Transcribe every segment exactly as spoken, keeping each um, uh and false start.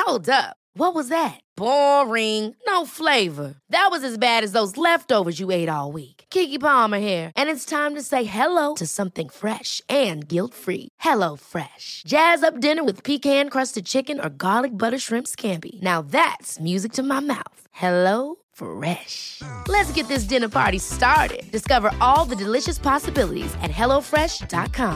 Hold up. What was that? Boring. No flavor. That was as bad as those leftovers you ate all week. Keke Palmer here, and it's time to say hello to something fresh and guilt-free. Hello Fresh. Jazz up dinner with pecan-crusted chicken or garlic butter shrimp scampi. Now that's music to my mouth. Hello Fresh. Let's get this dinner party started. Discover all the delicious possibilities at hello fresh dot com.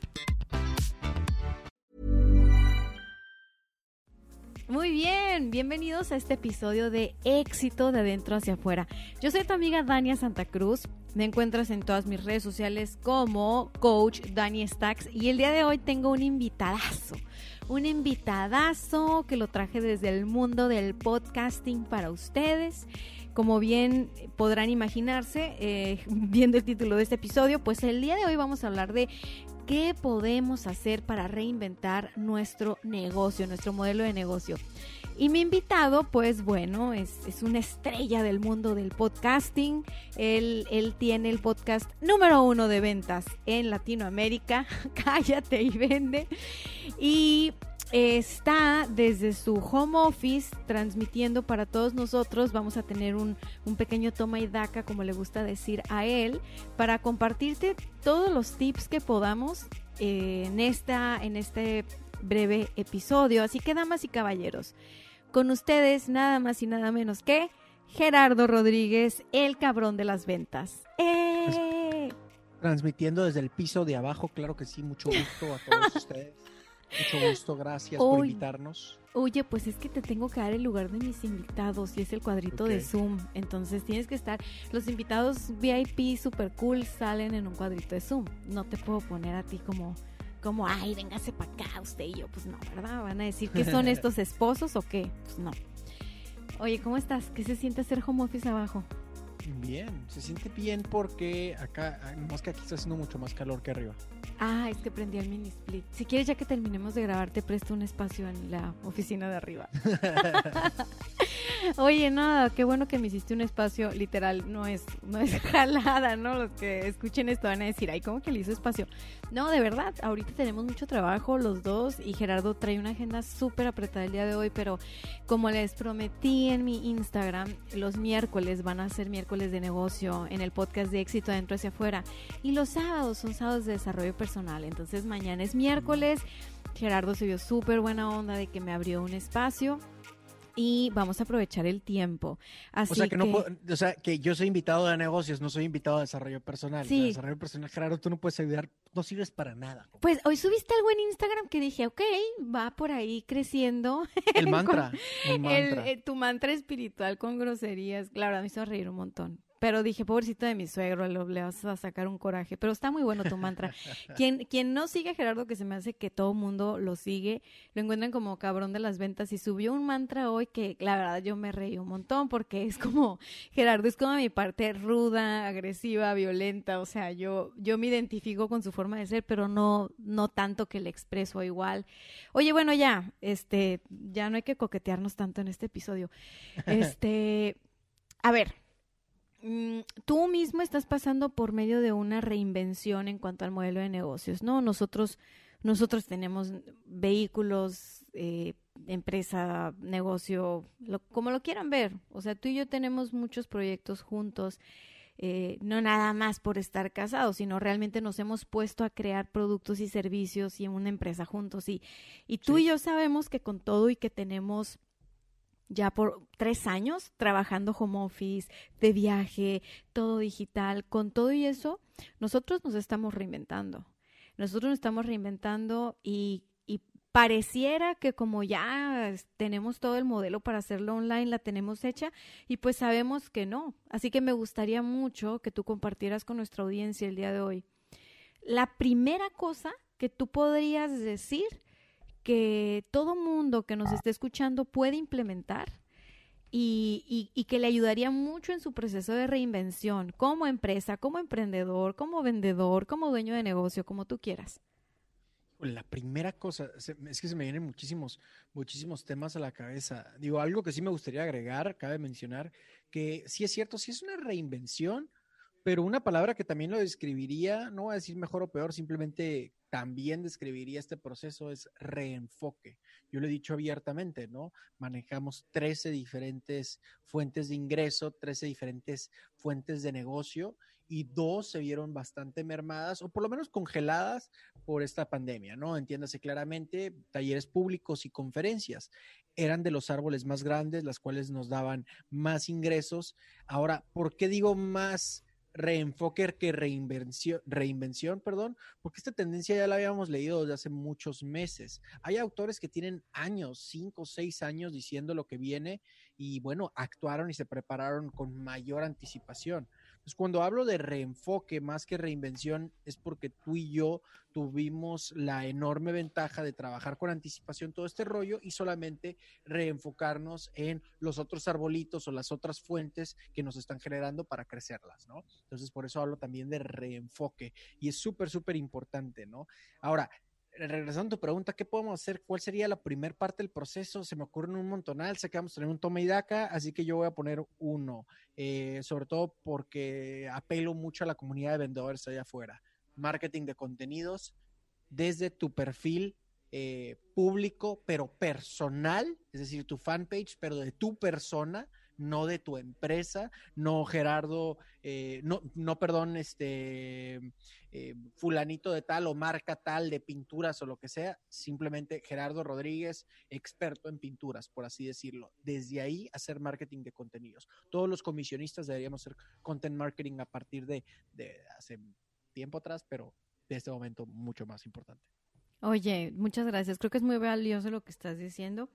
Muy bien, bienvenidos a este episodio de Éxito de Adentro Hacia Afuera. Yo soy tu amiga Dania Santa Cruz. Me encuentras en todas mis redes sociales como Coach Dani Stacks. Y el día de hoy tengo un invitadazo. Un invitadazo que lo traje desde el mundo del podcasting para ustedes. Como bien podrán imaginarse, eh, viendo el título de este episodio, pues el día de hoy vamos a hablar de qué podemos hacer para reinventar nuestro negocio, nuestro modelo de negocio. Y mi invitado, pues bueno, es, es una estrella del mundo del podcasting. Él, él tiene el podcast número uno de ventas en Latinoamérica, Cállate y Vende. Y está desde su home office transmitiendo para todos nosotros. Vamos a tener un, un pequeño toma y daca, como le gusta decir a él, para compartirte todos los tips que podamos eh, en, esta, en este breve episodio. Así que, damas y caballeros, con ustedes nada más y nada menos que Gerardo Rodríguez, el cabrón de las ventas. ¡Eh! Transmitiendo desde el piso de abajo, claro que sí, mucho gusto a todos ustedes. Mucho gusto, gracias Uy. por invitarnos. Oye, pues es que te tengo que dar el lugar de mis invitados y es el cuadrito okay. de Zoom. Entonces tienes que estar, los invitados V I P super cool salen en un cuadrito de Zoom. No te puedo poner a ti como, como ay, véngase para acá usted y yo. Pues no, ¿verdad? Van a decir que son estos esposos o qué. Pues no. Oye, ¿cómo estás? ¿Qué se siente hacer home office abajo? Bien, se siente bien porque acá, más que aquí está haciendo mucho más calor que arriba. Ah, es que prendí el mini split. Si quieres, ya que terminemos de grabar, te presto un espacio en la oficina de arriba. Oye, nada, qué bueno que me hiciste un espacio, literal, no es, no es jalada, ¿no? Los que escuchen esto van a decir, ay, ¿cómo que le hizo espacio? No, de verdad, ahorita tenemos mucho trabajo los dos y Gerardo trae una agenda súper apretada el día de hoy, pero como les prometí en mi Instagram, los miércoles van a ser miércoles de negocio en el podcast de Éxito Adentro Hacia Afuera y los sábados son sábados de desarrollo personal. Entonces mañana es miércoles. Gerardo se vio súper buena onda de que me abrió un espacio y vamos a aprovechar el tiempo. Así o sea que, que no puedo, o sea que yo soy invitado de negocios, no soy invitado de desarrollo personal. Sí. De desarrollo personal, Gerardo, tú no puedes ayudar, no sirves para nada. Pues hoy subiste algo en Instagram que dije, ok, va por ahí creciendo. El mantra. el El, mantra. eh, tu mantra espiritual con groserías. Claro, me hizo reír un montón. Pero dije, pobrecito de mi suegro, lo, le vas a sacar un coraje. Pero está muy bueno tu mantra. Quien, quien no sigue a Gerardo, que se me hace que todo mundo lo sigue, lo encuentran como cabrón de las ventas. Y subió un mantra hoy que, la verdad, yo me reí un montón porque es como, Gerardo es como mi parte ruda, agresiva, violenta. O sea, yo, yo me identifico con su forma de ser, pero no, no tanto que le expreso igual. Oye, bueno, ya, este, ya no hay que coquetearnos tanto en este episodio. Este, a ver. Tú mismo estás pasando por medio de una reinvención en cuanto al modelo de negocios, ¿no? Nosotros, nosotros tenemos vehículos, eh, empresa, negocio, lo, como lo quieran ver. O sea, tú y yo tenemos muchos proyectos juntos, eh, no nada más por estar casados, sino realmente nos hemos puesto a crear productos y servicios y en una empresa juntos. Y, y tú sí. y yo sabemos que con todo y que tenemos ya por tres años trabajando home office, de viaje, todo digital, con todo y eso, nosotros nos estamos reinventando. Nosotros nos estamos reinventando y, y pareciera que como ya tenemos todo el modelo para hacerlo online, la tenemos hecha y pues sabemos que no. Así que me gustaría mucho que tú compartieras con nuestra audiencia el día de hoy. La primera cosa que tú podrías decir que todo mundo que nos esté escuchando puede implementar y, y, y que le ayudaría mucho en su proceso de reinvención como empresa, como emprendedor, como vendedor, como dueño de negocio, como tú quieras. La primera cosa, es que se me vienen muchísimos, muchísimos temas a la cabeza. Digo, algo que sí me gustaría agregar, cabe mencionar, que sí es cierto, sí es una reinvención, Pero una palabra que también lo describiría, no voy a decir mejor o peor, simplemente también describiría este proceso, es reenfoque. Yo lo he dicho abiertamente, ¿no? Manejamos trece diferentes fuentes de ingreso, trece diferentes fuentes de negocio y dos se vieron bastante mermadas o por lo menos congeladas por esta pandemia, ¿no? Entiéndase claramente, talleres públicos y conferencias eran de los árboles más grandes, las cuales nos daban más ingresos. Ahora, ¿por qué digo más reenfoque que reinvención, reinvención, perdón, porque esta tendencia ya la habíamos leído desde hace muchos meses. Hay autores que tienen años, cinco, seis años diciendo lo que viene y bueno, actuaron y se prepararon con mayor anticipación. Entonces, cuando hablo de reenfoque más que reinvención, es porque tú y yo tuvimos la enorme ventaja de trabajar con anticipación todo este rollo y solamente reenfocarnos en los otros arbolitos o las otras fuentes que nos están generando para crecerlas, ¿no? Entonces, por eso hablo también de reenfoque y es súper, súper importante, ¿no? Ahora, regresando a tu pregunta, ¿qué podemos hacer? ¿Cuál sería la primera parte del proceso? Se me ocurren un montonal, sé que vamos a tener un toma y daca, así que yo voy a poner uno, eh, sobre todo porque apelo mucho a la comunidad de vendedores allá afuera. Marketing de contenidos desde tu perfil eh, público, pero personal, es decir, tu fanpage, pero de tu persona, no de tu empresa, no Gerardo, eh, no, no, perdón, este, eh, fulanito de tal o marca tal de pinturas o lo que sea, simplemente Gerardo Rodríguez, experto en pinturas, por así decirlo. Desde ahí hacer marketing de contenidos. Todos los comisionistas deberíamos hacer content marketing a partir de, de hace tiempo atrás, pero de este momento mucho más importante. Oye, muchas gracias. Creo que es muy valioso lo que estás diciendo.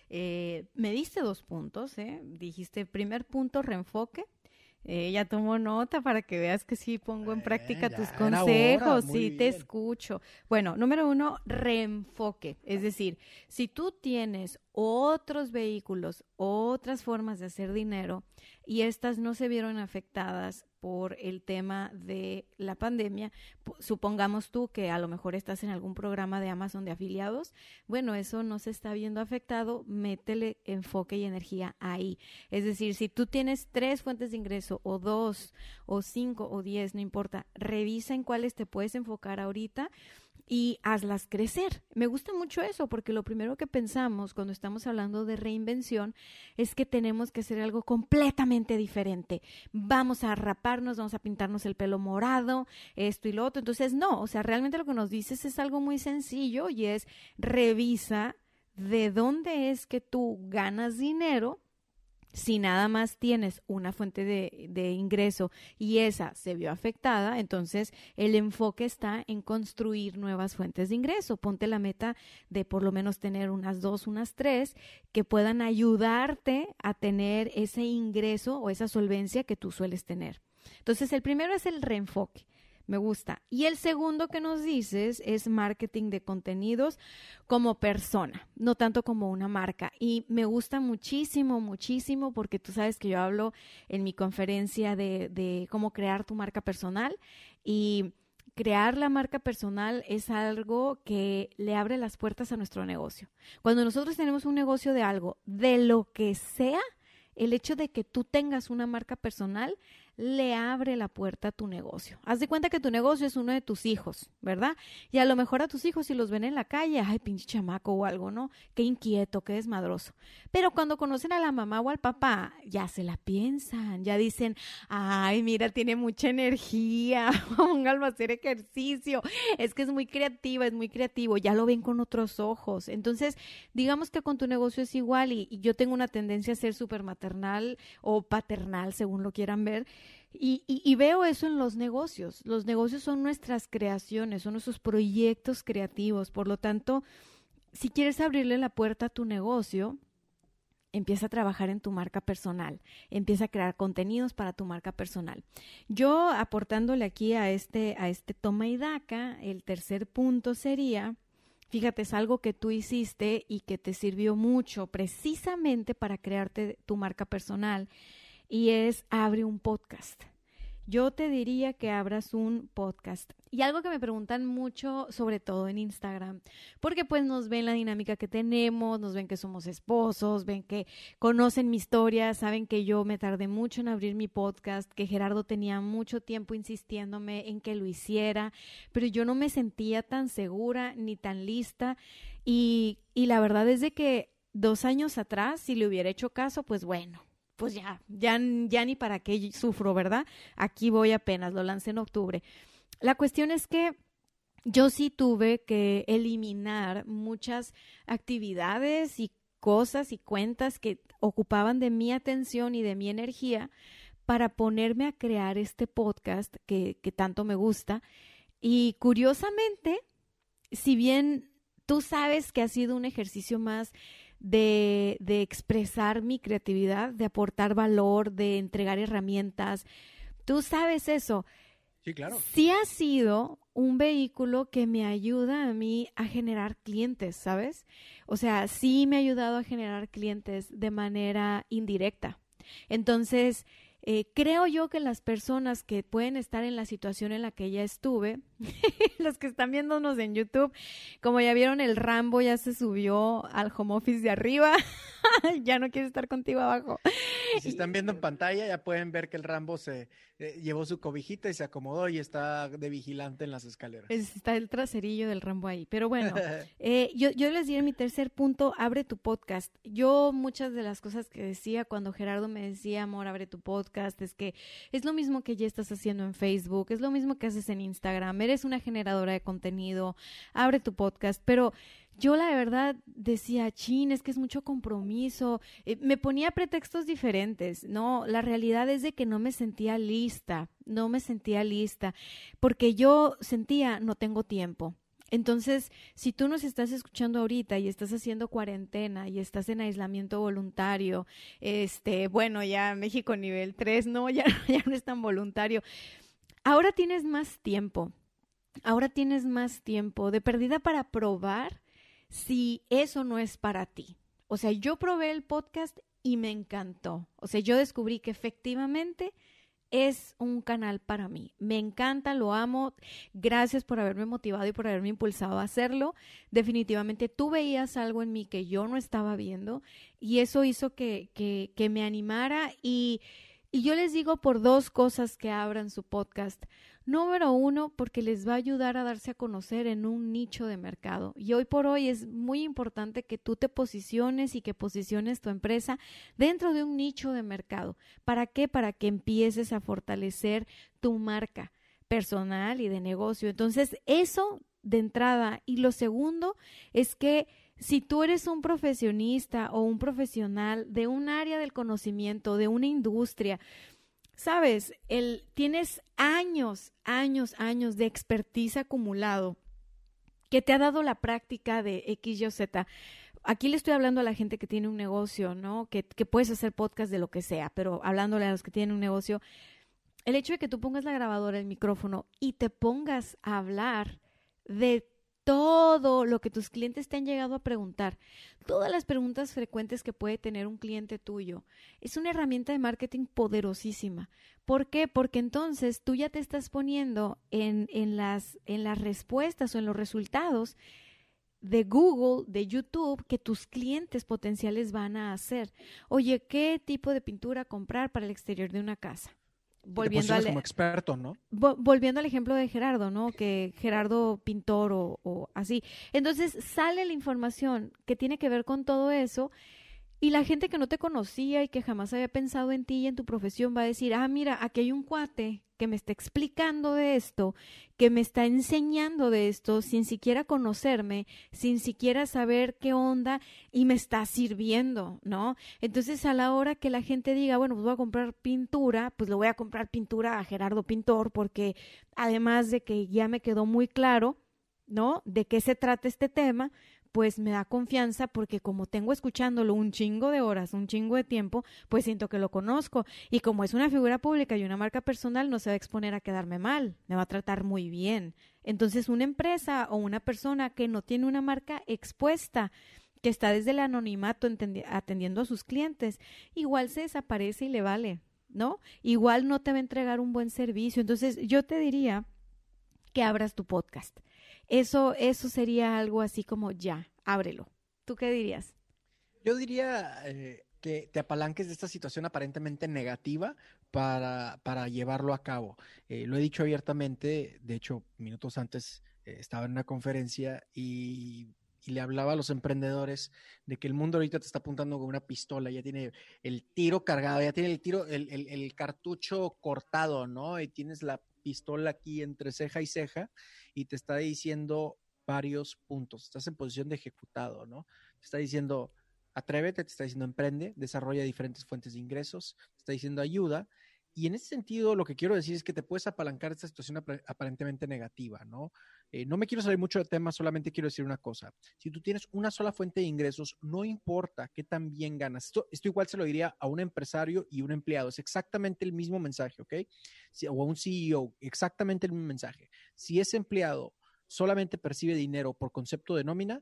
Eh, me diste dos puntos, ¿eh? Dijiste, primer punto, reenfoque. Eh, ya tomo nota para que veas que sí pongo en práctica eh, tus consejos, sí bien. Te escucho. Bueno, número uno, reenfoque. Es decir, si tú tienes otros vehículos, otras formas de hacer dinero y estas no se vieron afectadas por el tema de la pandemia, supongamos tú que a lo mejor estás en algún programa de Amazon de afiliados, bueno, eso no se está viendo afectado, métele enfoque y energía ahí. Es decir, si tú tienes tres fuentes de ingreso o dos o cinco o diez, no importa, revisa en cuáles te puedes enfocar ahorita y hazlas crecer. Me gusta mucho eso porque lo primero que pensamos cuando estamos hablando de reinvención es que tenemos que hacer algo completamente diferente. Vamos a raparnos, vamos a pintarnos el pelo morado, esto y lo otro. Entonces, no, o sea, realmente lo que nos dices es algo muy sencillo y es revisa de dónde es que tú ganas dinero. Si nada más tienes una fuente de, de ingreso y esa se vio afectada, entonces el enfoque está en construir nuevas fuentes de ingreso. Ponte la meta de por lo menos tener unas dos, unas tres que puedan ayudarte a tener ese ingreso o esa solvencia que tú sueles tener. Entonces el primero es el reenfoque. Me gusta. Y el segundo que nos dices es marketing de contenidos como persona, no tanto como una marca. Y me gusta muchísimo, muchísimo, porque tú sabes que yo hablo en mi conferencia de, de cómo crear tu marca personal y crear la marca personal es algo que le abre las puertas a nuestro negocio. Cuando nosotros tenemos un negocio de algo, de lo que sea, el hecho de que tú tengas una marca personal le abre la puerta a tu negocio. Haz de cuenta que tu negocio es uno de tus hijos, ¿verdad? Y a lo mejor a tus hijos si los ven en la calle, ay, pinche chamaco o algo, ¿no? Qué inquieto, qué desmadroso. Pero cuando conocen a la mamá o al papá, ya se la piensan, ya dicen, ay, mira, tiene mucha energía, póngalo a hacer ejercicio, es que es muy creativa, es muy creativo, ya lo ven con otros ojos. Entonces, digamos que con tu negocio es igual y, y yo tengo una tendencia a ser súper maternal o paternal, según lo quieran ver. Y, y, y veo eso en los negocios. Los negocios son nuestras creaciones, son nuestros proyectos creativos. Por lo tanto, si quieres abrirle la puerta a tu negocio, empieza a trabajar en tu marca personal. Empieza a crear contenidos para tu marca personal. Yo, aportándole aquí a este, a este toma y daca, el tercer punto sería, fíjate, es algo que tú hiciste y que te sirvió mucho precisamente para crearte tu marca personal. Y es abre un podcast. yo te diría que abras un podcast. Y algo que me preguntan mucho, sobre todo en Instagram, porque pues nos ven la dinámica que tenemos, nos ven que somos esposos, ven que conocen mi historia, saben que yo me tardé mucho en abrir mi podcast, que Gerardo tenía mucho tiempo insistiéndome en que lo hiciera, pero yo no me sentía tan segura ni tan lista. Y, y la verdad es de que dos años atrás, si le hubiera hecho caso, pues bueno, pues ya, ya, ya ni para qué sufro, ¿verdad? Aquí voy apenas, lo lancé en octubre. La cuestión es que yo sí tuve que eliminar muchas actividades y cosas y cuentas que ocupaban de mi atención y de mi energía para ponerme a crear este podcast que, que tanto me gusta. Y curiosamente, si bien tú sabes que ha sido un ejercicio más de, de expresar mi creatividad, de aportar valor, de entregar herramientas, tú sabes eso. Sí, claro. Sí ha sido un vehículo que me ayuda a mí a generar clientes, ¿sabes? O sea, sí me ha ayudado a generar clientes de manera indirecta. Entonces, eh, creo yo que las personas que pueden estar en la situación en la que ya estuve, los que están viéndonos en YouTube, como ya vieron, el Rambo ya se subió al home office de arriba, ya no quiere estar contigo abajo. Y si están viendo en pantalla, ya pueden ver que el Rambo se eh, llevó su cobijita y se acomodó y está de vigilante en las escaleras. Está el traserillo del Rambo ahí. Pero bueno, eh, yo, yo les diré mi tercer punto, abre tu podcast. Yo muchas de las cosas que decía cuando Gerardo me decía, amor, abre tu podcast, es que es lo mismo que ya estás haciendo en Facebook, es lo mismo que haces en Instagram, eres una generadora de contenido, abre tu podcast, pero yo la verdad decía, chin, es que es mucho compromiso, eh, me ponía pretextos diferentes, ¿no? La realidad es de que no me sentía lista, no me sentía lista, porque yo sentía, no tengo tiempo. Entonces, si tú nos estás escuchando ahorita y estás haciendo cuarentena y estás en aislamiento voluntario, este, bueno, ya México nivel tres, no, ya, ya no es tan voluntario. Ahora tienes más tiempo, ahora tienes más tiempo de perdida para probar si eso no es para ti. O sea, yo probé el podcast y me encantó. O sea, yo descubrí que efectivamente es un canal para mí. Me encanta, lo amo. Gracias por haberme motivado y por haberme impulsado a hacerlo. Definitivamente tú veías algo en mí que yo no estaba viendo y eso hizo que, que, que me animara y, y yo les digo por dos cosas que abran su podcast. Número uno, porque les va a ayudar a darse a conocer en un nicho de mercado. Y hoy por hoy es muy importante que tú te posiciones y que posiciones tu empresa dentro de un nicho de mercado. ¿Para qué? Para que empieces a fortalecer tu marca personal y de negocio. Entonces, eso de entrada. Y lo segundo es que si tú eres un profesionista o un profesional de un área del conocimiento, de una industria, sabes, el, tienes años, años, años de expertise acumulado que te ha dado la práctica de X, Y o Z. Aquí le estoy hablando a la gente que tiene un negocio, ¿no? Que, que puedes hacer podcast de lo que sea, pero hablándole a los que tienen un negocio, el hecho de que tú pongas la grabadora, el micrófono y te pongas a hablar de todo lo que tus clientes te han llegado a preguntar, todas las preguntas frecuentes que puede tener un cliente tuyo, es una herramienta de marketing poderosísima. ¿Por qué? Porque entonces tú ya te estás poniendo en, en, las, en las respuestas o en los resultados de Google, de YouTube, que tus clientes potenciales van a hacer. Oye, ¿qué tipo de pintura comprar para el exterior de una casa? Volviendo al, como experto, ¿no? Vo- volviendo al ejemplo de Gerardo, ¿no? Que Gerardo pintor o, o así. Entonces sale la información que tiene que ver con todo eso y la gente que no te conocía y que jamás había pensado en ti y en tu profesión va a decir, ah, mira, aquí hay un cuate que me está explicando de esto, que me está enseñando de esto sin siquiera conocerme, sin siquiera saber qué onda y me está sirviendo, ¿no? Entonces a la hora que la gente diga, bueno, pues voy a comprar pintura, pues le voy a comprar pintura a Gerardo Pintor porque además de que ya me quedó muy claro, ¿no? De qué se trata este tema, pues me da confianza porque como tengo escuchándolo un chingo de horas, un chingo de tiempo, pues siento que lo conozco. Y como es una figura pública y una marca personal, no se va a exponer a quedarme mal, me va a tratar muy bien. Entonces, una empresa o una persona que no tiene una marca expuesta, que está desde el anonimato atendi- atendiendo a sus clientes, igual se desaparece y le vale. ¿no? Igual no te va a entregar un buen servicio. Entonces, yo te diría que abras tu podcast. Eso, eso sería algo así como ya, ábrelo. ¿Tú qué dirías? Yo diría eh, que te apalanques de esta situación aparentemente negativa para, para llevarlo a cabo. Eh, lo he dicho abiertamente, de hecho, minutos antes eh, estaba en una conferencia y, y le hablaba a los emprendedores de que el mundo ahorita te está apuntando con una pistola, ya tiene el tiro cargado, ya tiene el tiro, el, el, el cartucho cortado, ¿no? Y tienes la pistola aquí entre ceja y ceja y te está diciendo varios puntos. Estás en posición de ejecutado, ¿no? Te está diciendo atrévete, te está diciendo emprende, desarrolla diferentes fuentes de ingresos, te está diciendo ayuda. Y en ese sentido, lo que quiero decir es que te puedes apalancar de esta situación ap- aparentemente negativa, ¿no? Eh, no me quiero salir mucho de tema, solamente quiero decir una cosa. Si tú tienes una sola fuente de ingresos, no importa qué tan bien ganas. Esto, esto igual se lo diría a un empresario y un empleado. Es exactamente el mismo mensaje, ¿ok? Si, o a un C E O, exactamente el mismo mensaje. Si ese empleado solamente percibe dinero por concepto de nómina,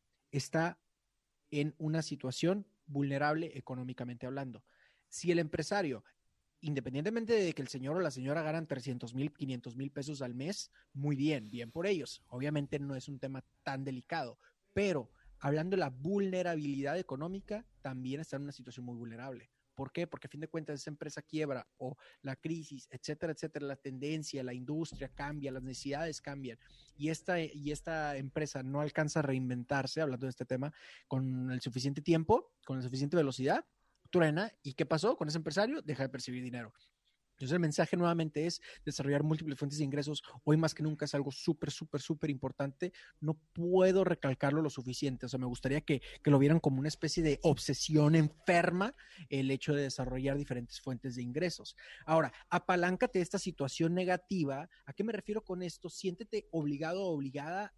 está en una situación vulnerable económicamente hablando. Si el empresario, independientemente de que el señor o la señora ganan trescientos mil, quinientos mil pesos al mes, muy bien, bien por ellos. Obviamente no es un tema tan delicado, pero hablando de la vulnerabilidad económica, también está en una situación muy vulnerable. ¿Por qué? Porque a fin de cuentas esa empresa quiebra o la crisis, etcétera, etcétera, la tendencia, la industria cambia, las necesidades cambian y esta, y esta empresa no alcanza a reinventarse, hablando de este tema, con el suficiente tiempo, con la suficiente velocidad, truena. ¿Y qué pasó con ese empresario? Deja de percibir dinero. Entonces el mensaje nuevamente es desarrollar múltiples fuentes de ingresos. Hoy más que nunca es algo súper, súper, súper importante. No puedo recalcarlo lo suficiente. O sea, me gustaría que, que lo vieran como una especie de obsesión enferma el hecho de desarrollar diferentes fuentes de ingresos. Ahora, apaláncate de esta situación negativa. ¿A qué me refiero con esto? Siéntete obligado o obligada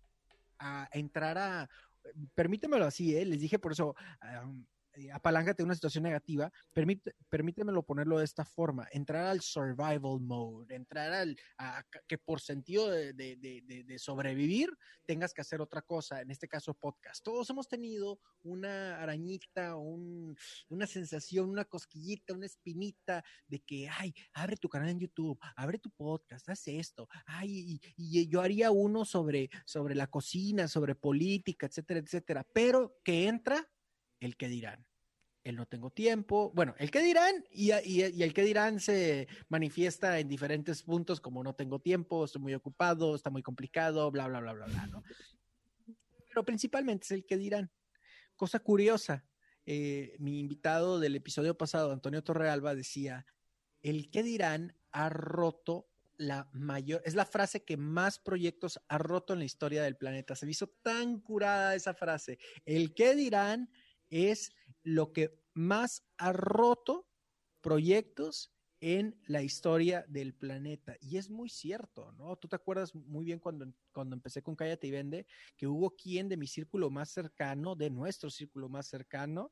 a entrar a, permítemelo así, ¿eh? Les dije por eso, um, apaláncate de una situación negativa, permite, permítemelo ponerlo de esta forma, entrar al survival mode, entrar al, a, que por sentido de, de, de, de sobrevivir tengas que hacer otra cosa, en este caso podcast. Todos hemos tenido una arañita, un, una sensación, una cosquillita, una espinita de que, ay, abre tu canal en YouTube, abre tu podcast, haz esto, ay, y, y yo haría uno sobre, sobre la cocina, sobre política, etcétera, etcétera, pero que entra el que dirán. El no tengo tiempo, bueno, el que dirán y, y, y el que dirán se manifiesta en diferentes puntos como no tengo tiempo, estoy muy ocupado, está muy complicado, bla, bla, bla, bla, bla, ¿no? Pero principalmente es el que dirán. Cosa curiosa, eh, mi invitado del episodio pasado, Antonio Torrealba, decía, el que dirán ha roto la mayor, es la frase que más proyectos ha roto en la historia del planeta. Se me hizo tan curada esa frase. El que dirán es lo que más ha roto proyectos en la historia del planeta. Y es muy cierto, ¿no? Tú te acuerdas muy bien cuando, cuando empecé con Cállate y Vende, que hubo quien de mi círculo más cercano, de nuestro círculo más cercano,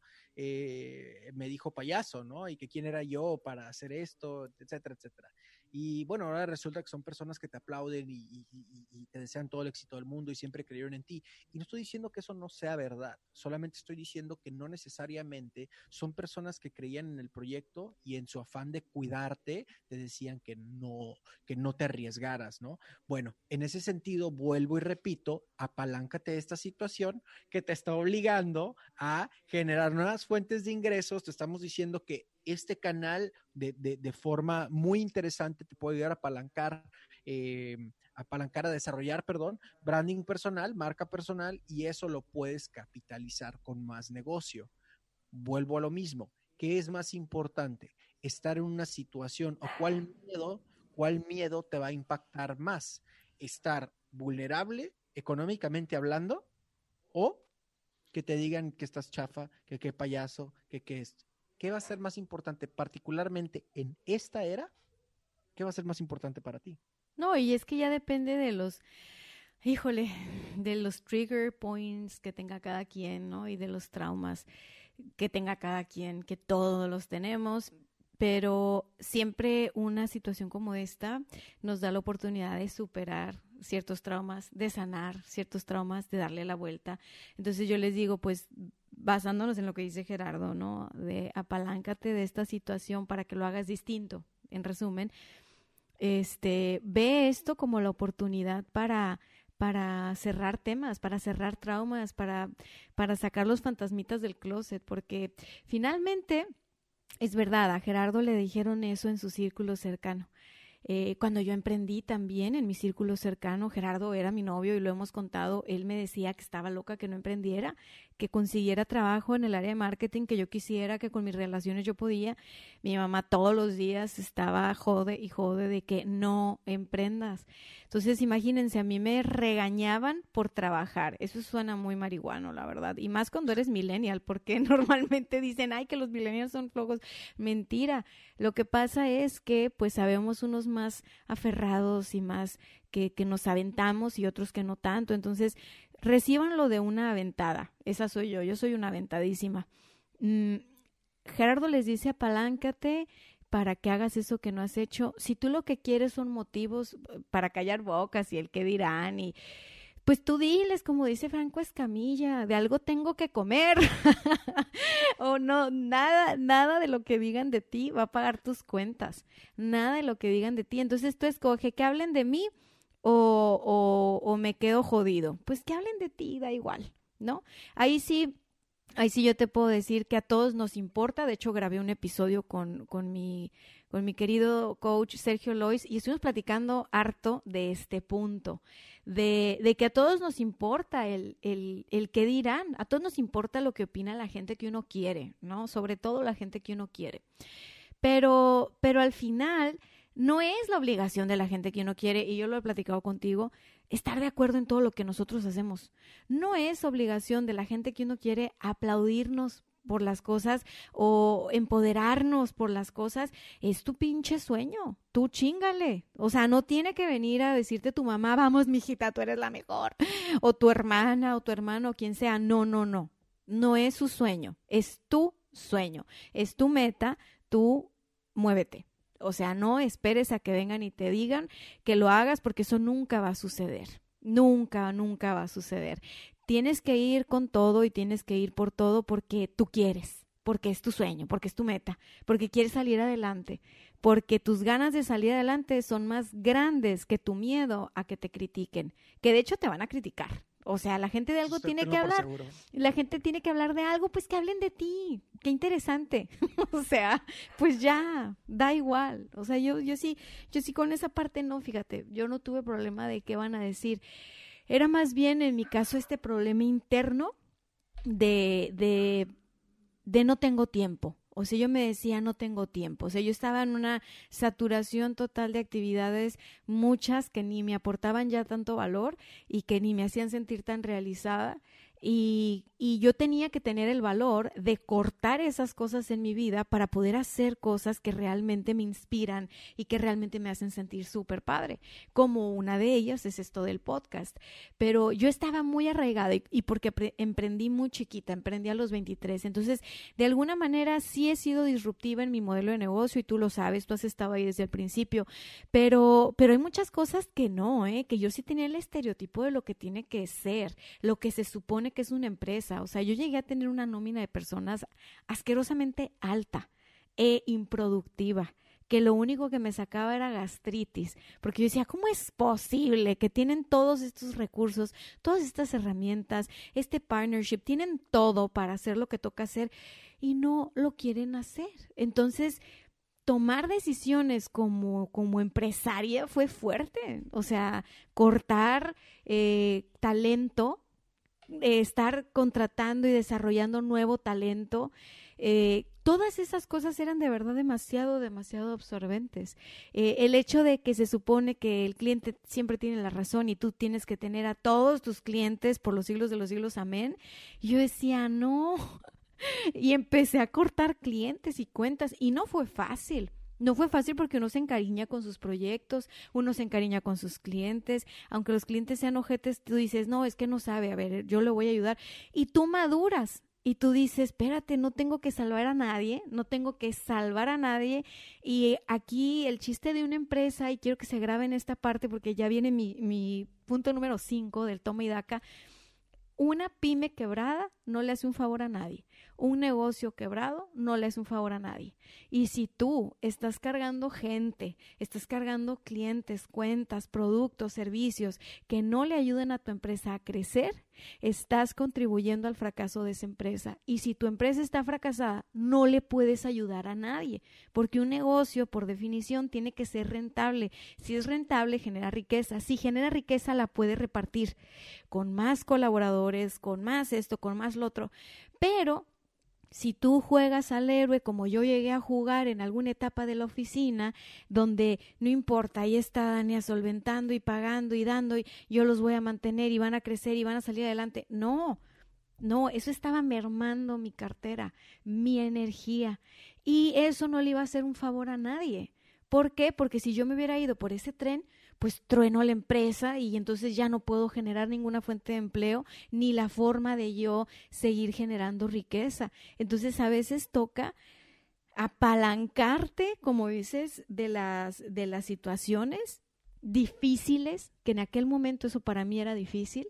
eh, me dijo payaso, ¿no? Y que quién era yo para hacer esto, etcétera, etcétera. Y bueno, ahora resulta que son personas que te aplauden y, y, y, y te desean todo el éxito del mundo y siempre creyeron en ti. Y no estoy diciendo que eso no sea verdad, solamente estoy diciendo que no necesariamente son personas que creían en el proyecto y en su afán de cuidarte te decían que no, que no te arriesgaras, ¿no? Bueno, en ese sentido, vuelvo y repito, apaláncate de esta situación que te está obligando a generar nuevas fuentes de ingresos. Te estamos diciendo que este canal de, de, de forma muy interesante te puede ayudar a apalancar, eh, apalancar a desarrollar, perdón, branding personal, marca personal, y eso lo puedes capitalizar con más negocio. Vuelvo a lo mismo. ¿Qué es más importante? Estar en una situación o cuál miedo, cuál miedo te va a impactar más. Estar vulnerable económicamente hablando o que te digan que estás chafa, que qué payaso, que qué es. ¿Qué va a ser más importante particularmente en esta era? ¿Qué va a ser más importante para ti? No, y es que ya depende de los, híjole, de los trigger points que tenga cada quien, ¿no? Y de los traumas que tenga cada quien, que todos los tenemos, pero siempre una situación como esta nos da la oportunidad de superar ciertos traumas, de sanar ciertos traumas, de darle la vuelta. Entonces yo les digo, pues basándonos en lo que dice Gerardo, ¿no? De apaláncate de esta situación para que lo hagas distinto. En resumen, este, ve esto como la oportunidad para, para cerrar temas, para cerrar traumas, para, para sacar los fantasmitas del closet, porque finalmente es verdad, a Gerardo le dijeron eso en su círculo cercano. Eh, cuando yo emprendí también en mi círculo cercano, Gerardo era mi novio y lo hemos contado, él me decía que estaba loca, que no emprendiera, que consiguiera trabajo en el área de marketing que yo quisiera, que con mis relaciones yo podía. Mi mamá todos los días estaba jode y jode de que no emprendas. Entonces imagínense, a mí me regañaban por trabajar. Eso suena muy marihuano, la verdad, y más cuando eres millennial, porque normalmente dicen, ay, que los millennials son flojos. Mentira. Lo que pasa es que pues sabemos unos más aferrados y más que, que nos aventamos y otros que no tanto. Entonces, recíbanlo de una aventada. Esa soy yo, yo soy una aventadísima. Mm, Gerardo les dice, apaláncate para que hagas eso que no has hecho. Si tú lo que quieres son motivos para callar bocas y el qué dirán, y pues tú diles, como dice Franco Escamilla, de algo tengo que comer. O no, nada, nada de lo que digan de ti va a pagar tus cuentas. Nada de lo que digan de ti. Entonces tú escoge que hablen de mí o, o, o me quedo jodido. Pues que hablen de ti, da igual, ¿no? Ahí sí, ahí sí yo te puedo decir que a todos nos importa. De hecho, grabé un episodio con, con mi, con mi querido coach Sergio Lois y estuvimos platicando harto de este punto. De, de que a todos nos importa el, el, el qué dirán, a todos nos importa lo que opina la gente que uno quiere, ¿no? Sobre todo la gente que uno quiere. Pero, pero al final no es la obligación de la gente que uno quiere, y yo lo he platicado contigo, estar de acuerdo en todo lo que nosotros hacemos. No es obligación de la gente que uno quiere aplaudirnos por las cosas o empoderarnos por las cosas. Es tu pinche sueño, tú chíngale. O sea, no tiene que venir a decirte tu mamá, vamos, mijita, tú eres la mejor, o tu hermana o tu hermano o quien sea. No, no, no, no es su sueño, es tu sueño, es tu meta, tú muévete. O sea, no esperes a que vengan y te digan que lo hagas, porque eso nunca va a suceder. Nunca, nunca va a suceder. Tienes que ir con todo y tienes que ir por todo porque tú quieres, porque es tu sueño, porque es tu meta, porque quieres salir adelante, porque tus ganas de salir adelante son más grandes que tu miedo a que te critiquen, que de hecho te van a criticar. O sea, la gente de algo Eso tiene tenlo que por hablar. seguro. La gente tiene que hablar de algo, pues que hablen de ti. Qué interesante. O sea, pues ya, da igual. O sea, yo, yo sí, yo sí con esa parte no, fíjate, yo no tuve problema de qué van a decir. Era más bien en mi caso este problema interno de, de, de no tengo tiempo. O sea, yo me decía, no tengo tiempo. O sea, yo estaba en una saturación total de actividades, muchas que ni me aportaban ya tanto valor y que ni me hacían sentir tan realizada. Y, y yo tenía que tener el valor de cortar esas cosas en mi vida para poder hacer cosas que realmente me inspiran y que realmente me hacen sentir súper padre, como una de ellas es esto del podcast. Pero yo estaba muy arraigada y, y porque pre- emprendí muy chiquita, emprendí a los veintitrés, entonces de alguna manera sí he sido disruptiva en mi modelo de negocio y tú lo sabes, tú has estado ahí desde el principio, pero, pero hay muchas cosas que no, ¿eh? Que yo sí tenía el estereotipo de lo que tiene que ser, lo que se supone que es una empresa. O sea, yo llegué a tener una nómina de personas asquerosamente alta e improductiva, que lo único que me sacaba era gastritis, porque yo decía, ¿cómo es posible que tienen todos estos recursos, todas estas herramientas, este partnership, tienen todo para hacer lo que toca hacer y no lo quieren hacer? Entonces, tomar decisiones como, como empresaria fue fuerte. O sea, cortar eh, talento, eh, estar contratando y desarrollando nuevo talento, eh, todas esas cosas eran de verdad demasiado, demasiado absorbentes. Eh, el hecho de que se supone que el cliente siempre tiene la razón y tú tienes que tener a todos tus clientes por los siglos de los siglos, amén. Y yo decía, no. Y empecé a cortar clientes y cuentas y no fue fácil. No fue fácil porque uno se encariña con sus proyectos, uno se encariña con sus clientes, aunque los clientes sean ojetes, tú dices, no, es que no sabe, a ver, yo le voy a ayudar. Y tú maduras y tú dices, espérate, no tengo que salvar a nadie, no tengo que salvar a nadie. Y aquí el chiste de una empresa, y quiero que se grabe en esta parte porque ya viene mi, mi punto número cinco del toma y daca, Una pyme quebrada no le hace un favor a nadie. Un negocio quebrado no le hace un favor a nadie. Y si tú estás cargando gente, estás cargando clientes, cuentas, productos, servicios que no le ayuden a tu empresa a crecer, estás contribuyendo al fracaso de esa empresa. Y si tu empresa está fracasada, no le puedes ayudar a nadie, porque un negocio, por definición, tiene que ser rentable. Si es rentable, genera riqueza. Si genera riqueza, la puede repartir con más colaboradores, con más esto, con más lo otro. Pero si tú juegas al héroe como yo llegué a jugar en alguna etapa de la oficina, donde no importa, ahí está Dania solventando y pagando y dando, y yo los voy a mantener y van a crecer y van a salir adelante. No, no, eso estaba mermando mi cartera, mi energía, y eso no le iba a hacer un favor a nadie. ¿Por qué? Porque si yo me hubiera ido por ese tren, pues trueno la empresa y entonces ya no puedo generar ninguna fuente de empleo ni la forma de yo seguir generando riqueza. Entonces a veces toca apalancarte, como dices, de las, de las situaciones difíciles, que en aquel momento eso para mí era difícil,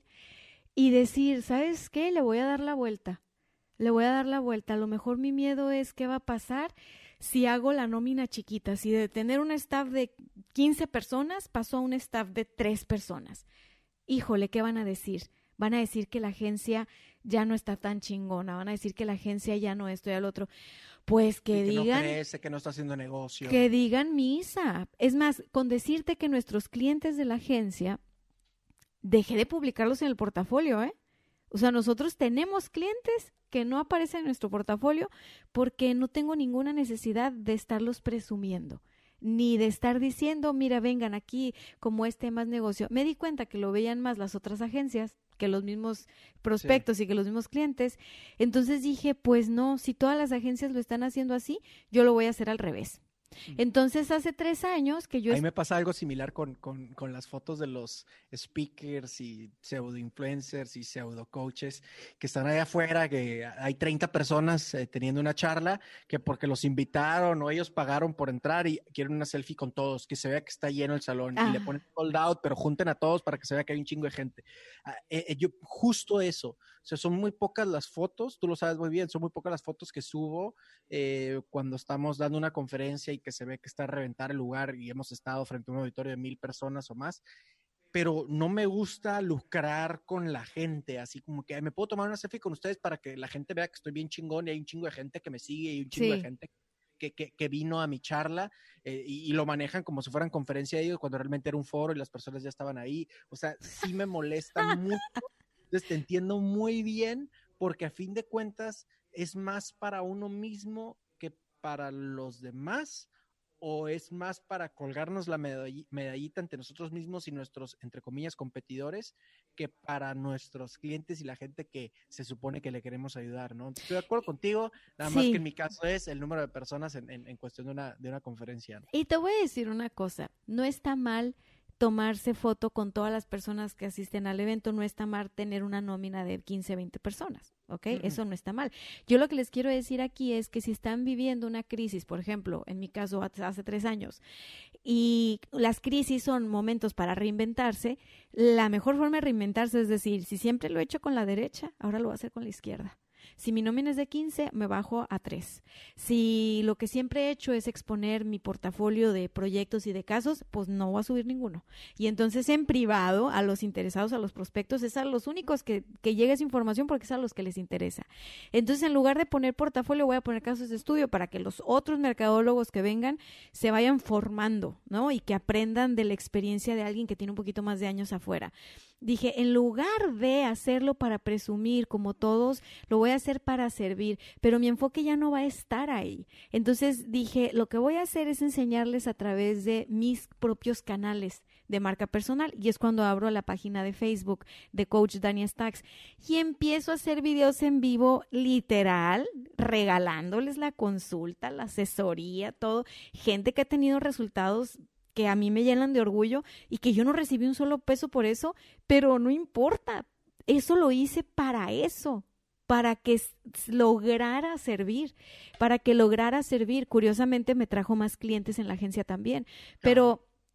y decir, ¿sabes qué? Le voy a dar la vuelta, le voy a dar la vuelta. A lo mejor mi miedo es qué va a pasar si hago la nómina chiquita, si de tener un staff de quince personas pasó a un staff de tres personas. Híjole, ¿qué van a decir? Van a decir que la agencia ya no está tan chingona, van a decir que la agencia ya no esto y al otro. Pues que, que digan... no crece, que no está haciendo negocio. Que digan misa. Es más, con decirte que nuestros clientes de la agencia, dejé de publicarlos en el portafolio, ¿eh? O sea, nosotros tenemos clientes que no aparecen en nuestro portafolio porque no tengo ninguna necesidad de estarlos presumiendo, ni de estar diciendo, mira, vengan aquí como este más negocio. Me di cuenta que lo veían más las otras agencias que los mismos prospectos sí. y que los mismos clientes. Entonces dije, pues no, si todas las agencias lo están haciendo así, yo lo voy a hacer al revés. Entonces hace tres años que yo... A mí me pasa algo similar con, con, con las fotos de los speakers y pseudo influencers y pseudo coaches que están allá afuera, que hay treinta personas eh, teniendo una charla, que porque los invitaron o ellos pagaron por entrar y quieren una selfie con todos, que se vea que está lleno el salón ah. y le ponen sold out, pero junten a todos para que se vea que hay un chingo de gente. Ah, eh, yo justo eso, o sea, son muy pocas las fotos, tú lo sabes muy bien, son muy pocas las fotos que subo eh, cuando estamos dando una conferencia y que se ve que está a reventar el lugar y hemos estado frente a un auditorio de mil personas o más, pero no me gusta lucrar con la gente, así como que me puedo tomar una selfie con ustedes para que la gente vea que estoy bien chingón y hay un chingo de gente que me sigue y un chingo sí. de gente que, que, que vino a mi charla eh, y, y lo manejan como si fueran conferencia de ellos cuando realmente era un foro y las personas ya estaban ahí. O sea, sí me molesta mucho. Entonces te entiendo muy bien porque a fin de cuentas es más para uno mismo que para los demás, o es más para colgarnos la medall- medallita ante nosotros mismos y nuestros, entre comillas, competidores, que para nuestros clientes y la gente que se supone que le queremos ayudar, ¿no? Estoy de acuerdo contigo, nada sí. más que en mi caso es el número de personas en, en, en cuestión de una, de una conferencia, ¿no? Y te voy a decir una cosa, no está mal tomarse foto con todas las personas que asisten al evento, no está mal tener una nómina de quince, veinte personas, ¿ok? Uh-huh. Eso no está mal. Yo lo que les quiero decir aquí es que si están viviendo una crisis, por ejemplo, en mi caso hace tres años, y las crisis son momentos para reinventarse, la mejor forma de reinventarse es decir, si siempre lo he hecho con la derecha, ahora lo voy a hacer con la izquierda. Si mi nómina es de quince, me bajo a tres. Si lo que siempre he hecho es exponer mi portafolio de proyectos y de casos, pues no voy a subir ninguno. Y entonces en privado, a los interesados, a los prospectos, es a los únicos que, que llega esa información porque es a los que les interesa. Entonces, en lugar de poner portafolio, voy a poner casos de estudio para que los otros mercadólogos que vengan se vayan formando, ¿no? Y que aprendan de la experiencia de alguien que tiene un poquito más de años afuera. Dije, en lugar de hacerlo para presumir como todos, lo voy a hacer para servir, pero mi enfoque ya no va a estar ahí. Entonces dije, lo que voy a hacer es enseñarles a través de mis propios canales de marca personal, y es cuando abro la página de Facebook de Coach Dania Stacks y empiezo a hacer videos en vivo literal, regalándoles la consulta, la asesoría, todo, gente que ha tenido resultados que a mí me llenan de orgullo y que yo no recibí un solo peso por eso, pero no importa, eso lo hice para eso, para que lograra servir, para que lograra servir. Curiosamente me trajo más clientes en la agencia también, pero,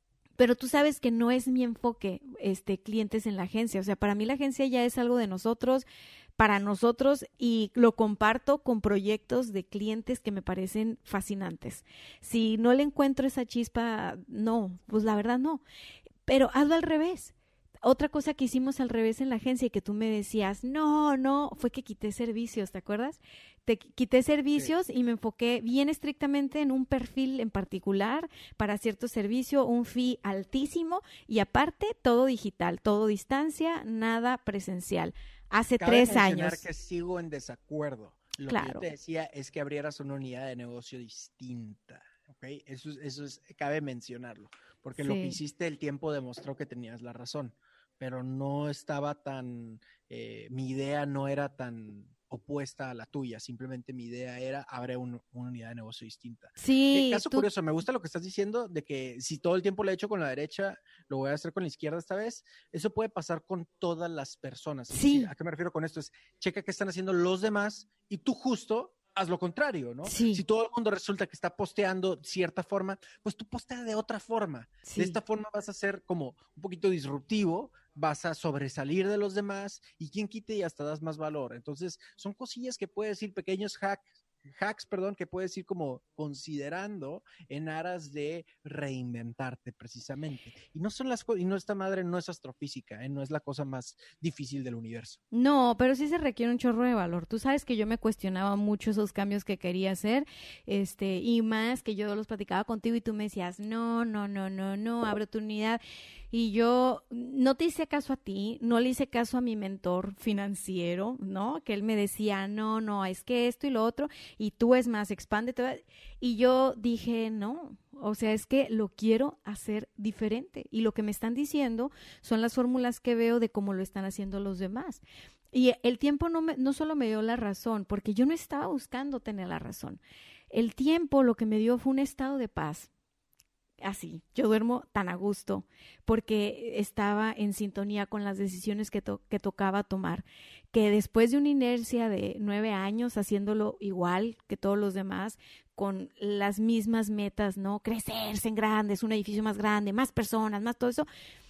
pero tú sabes que no es mi enfoque, este, clientes en la agencia. O sea, para mí la agencia ya es algo de nosotros, para nosotros, y lo comparto con proyectos de clientes que me parecen fascinantes. Si no le encuentro esa chispa, no, pues la verdad no. Pero hazlo al revés. Otra cosa que hicimos al revés en la agencia y que tú me decías, no, no, fue que quité servicios, ¿te acuerdas? Te quité servicios sí. y me enfoqué bien estrictamente en un perfil en particular para cierto servicio, un fee altísimo y aparte todo digital, todo distancia, nada presencial. Hace Cabe tres mencionar años. que sigo en desacuerdo. Lo claro. que yo te decía es que abrieras una unidad de negocio distinta. ¿Okay? Eso, es, eso es, cabe mencionarlo, porque sí. lo que hiciste el tiempo demostró que tenías la razón, pero no estaba tan, eh, mi idea no era tan opuesta a la tuya, simplemente mi idea era abrir un, una unidad de negocio distinta. Sí. Eh, caso tú... curioso, me gusta lo que estás diciendo de que si todo el tiempo lo he hecho con la derecha, lo voy a hacer con la izquierda esta vez. Eso puede pasar con todas las personas. Es sí. decir, ¿a qué me refiero con esto? Es checa qué están haciendo los demás y tú justo haz lo contrario, ¿no? Sí. Si todo el mundo resulta que está posteando cierta forma, pues tú postea de otra forma. Sí. De esta forma vas a ser como un poquito disruptivo, vas a sobresalir de los demás y quien quite y hasta das más valor. Entonces, son cosillas que puedes ir, pequeños hacks, hacks, perdón, que puedes ir como considerando en aras de reinventarte precisamente. Y no son las y no esta madre no es astrofísica, ¿eh? No es la cosa más difícil del universo. No, pero sí se requiere un chorro de valor. Tú sabes que yo me cuestionaba mucho esos cambios que quería hacer, este, y más que yo los platicaba contigo y tú me decías, no, no, no, no, no, abre tu unidad. Y yo no te hice caso a ti, no le hice caso a mi mentor financiero, ¿no? Que él me decía, no, no, es que esto y lo otro, y tú es más, expándete. Y yo dije, no, o sea, es que lo quiero hacer diferente. Y lo que me están diciendo son las fórmulas que veo de cómo lo están haciendo los demás. Y el tiempo no, me, no solo me dio la razón, porque yo no estaba buscando tener la razón. El tiempo lo que me dio fue un estado de paz. Así, yo duermo tan a gusto porque estaba en sintonía con las decisiones que, to- que tocaba tomar, que después de una inercia de nueve años haciéndolo igual que todos los demás, con las mismas metas, ¿no? Crecerse en grandes, un edificio más grande, más personas, más todo eso,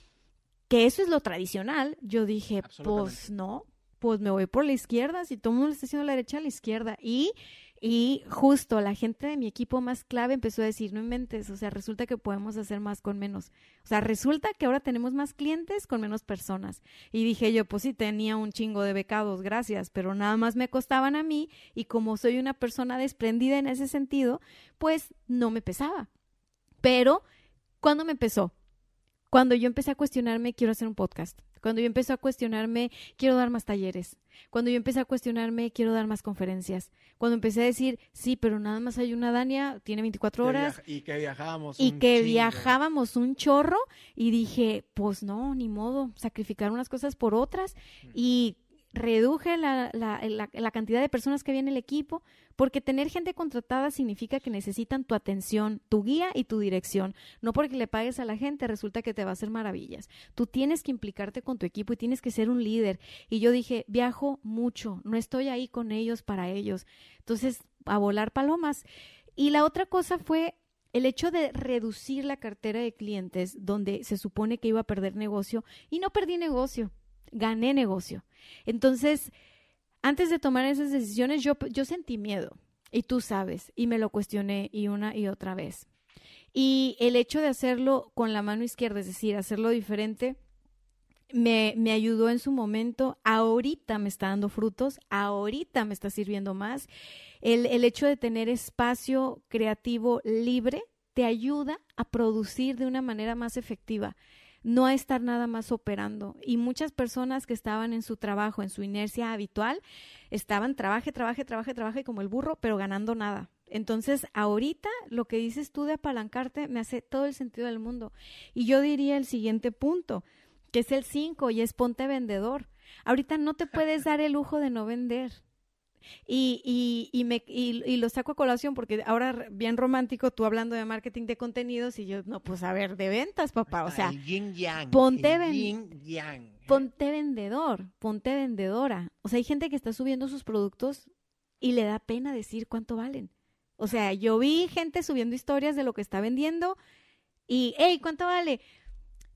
que eso es lo tradicional. Yo dije, pues no, pues me voy por la izquierda, si todo el mundo le está haciendo la derecha, a la izquierda, y... Y justo la gente de mi equipo más clave empezó a decir, no inventes, o sea, resulta que podemos hacer más con menos. O sea, resulta que ahora tenemos más clientes con menos personas. Y dije yo, pues sí, tenía un chingo de becados, gracias, pero nada más me costaban a mí y como soy una persona desprendida en ese sentido, pues no me pesaba. Pero, ¿cuándo me empezó? Cuando yo empecé a cuestionarme, quiero hacer un podcast. Cuando yo empecé a cuestionarme, quiero dar más talleres. Cuando yo empecé a cuestionarme, quiero dar más conferencias. Cuando empecé a decir, sí, pero nada más hay una Dania, tiene veinticuatro horas. Y que viajábamos Y un que chingo. viajábamos un chorro. Y dije, pues no, ni modo, sacrificar unas cosas por otras. Mm. Y reduje la, la, la, la cantidad de personas que había en el equipo, porque tener gente contratada significa que necesitan tu atención, tu guía y tu dirección. No porque le pagues a la gente resulta que te va a hacer maravillas. Tú tienes que implicarte con tu equipo y tienes que ser un líder. Y yo dije, viajo mucho, no estoy ahí con ellos para ellos. Entonces, a volar palomas. Y la otra cosa fue el hecho de reducir la cartera de clientes donde se supone que iba a perder negocio, y no perdí negocio, gané negocio. Entonces, antes de tomar esas decisiones, yo, yo sentí miedo, y tú sabes, y me lo cuestioné y una y otra vez. Y el hecho de hacerlo con la mano izquierda, es decir, hacerlo diferente, me, me ayudó en su momento. Ahorita me está dando frutos, ahorita me está sirviendo más. El, el hecho de tener espacio creativo libre te ayuda a producir de una manera más efectiva, no a estar nada más operando. Y muchas personas que estaban en su trabajo, en su inercia habitual, estaban trabaje, trabaje, trabaje, trabaje como el burro, pero ganando nada. Entonces, ahorita lo que dices tú de apalancarte me hace todo el sentido del mundo. Y yo diría el siguiente punto, que es el cinco, y es ponte vendedor. Ahorita no te puedes dar el lujo de no vender. Y, y, y, me, y, y lo saco a colación porque ahora bien romántico tú hablando de marketing de contenidos y yo, no, pues a ver, de ventas, papá, o sea, el yin yang, ponte, el ven, yin yang. ponte vendedor, ponte vendedora. O sea, hay gente que está subiendo sus productos y le da pena decir cuánto valen. O sea, yo vi gente subiendo historias de lo que está vendiendo y, hey, ¿cuánto vale?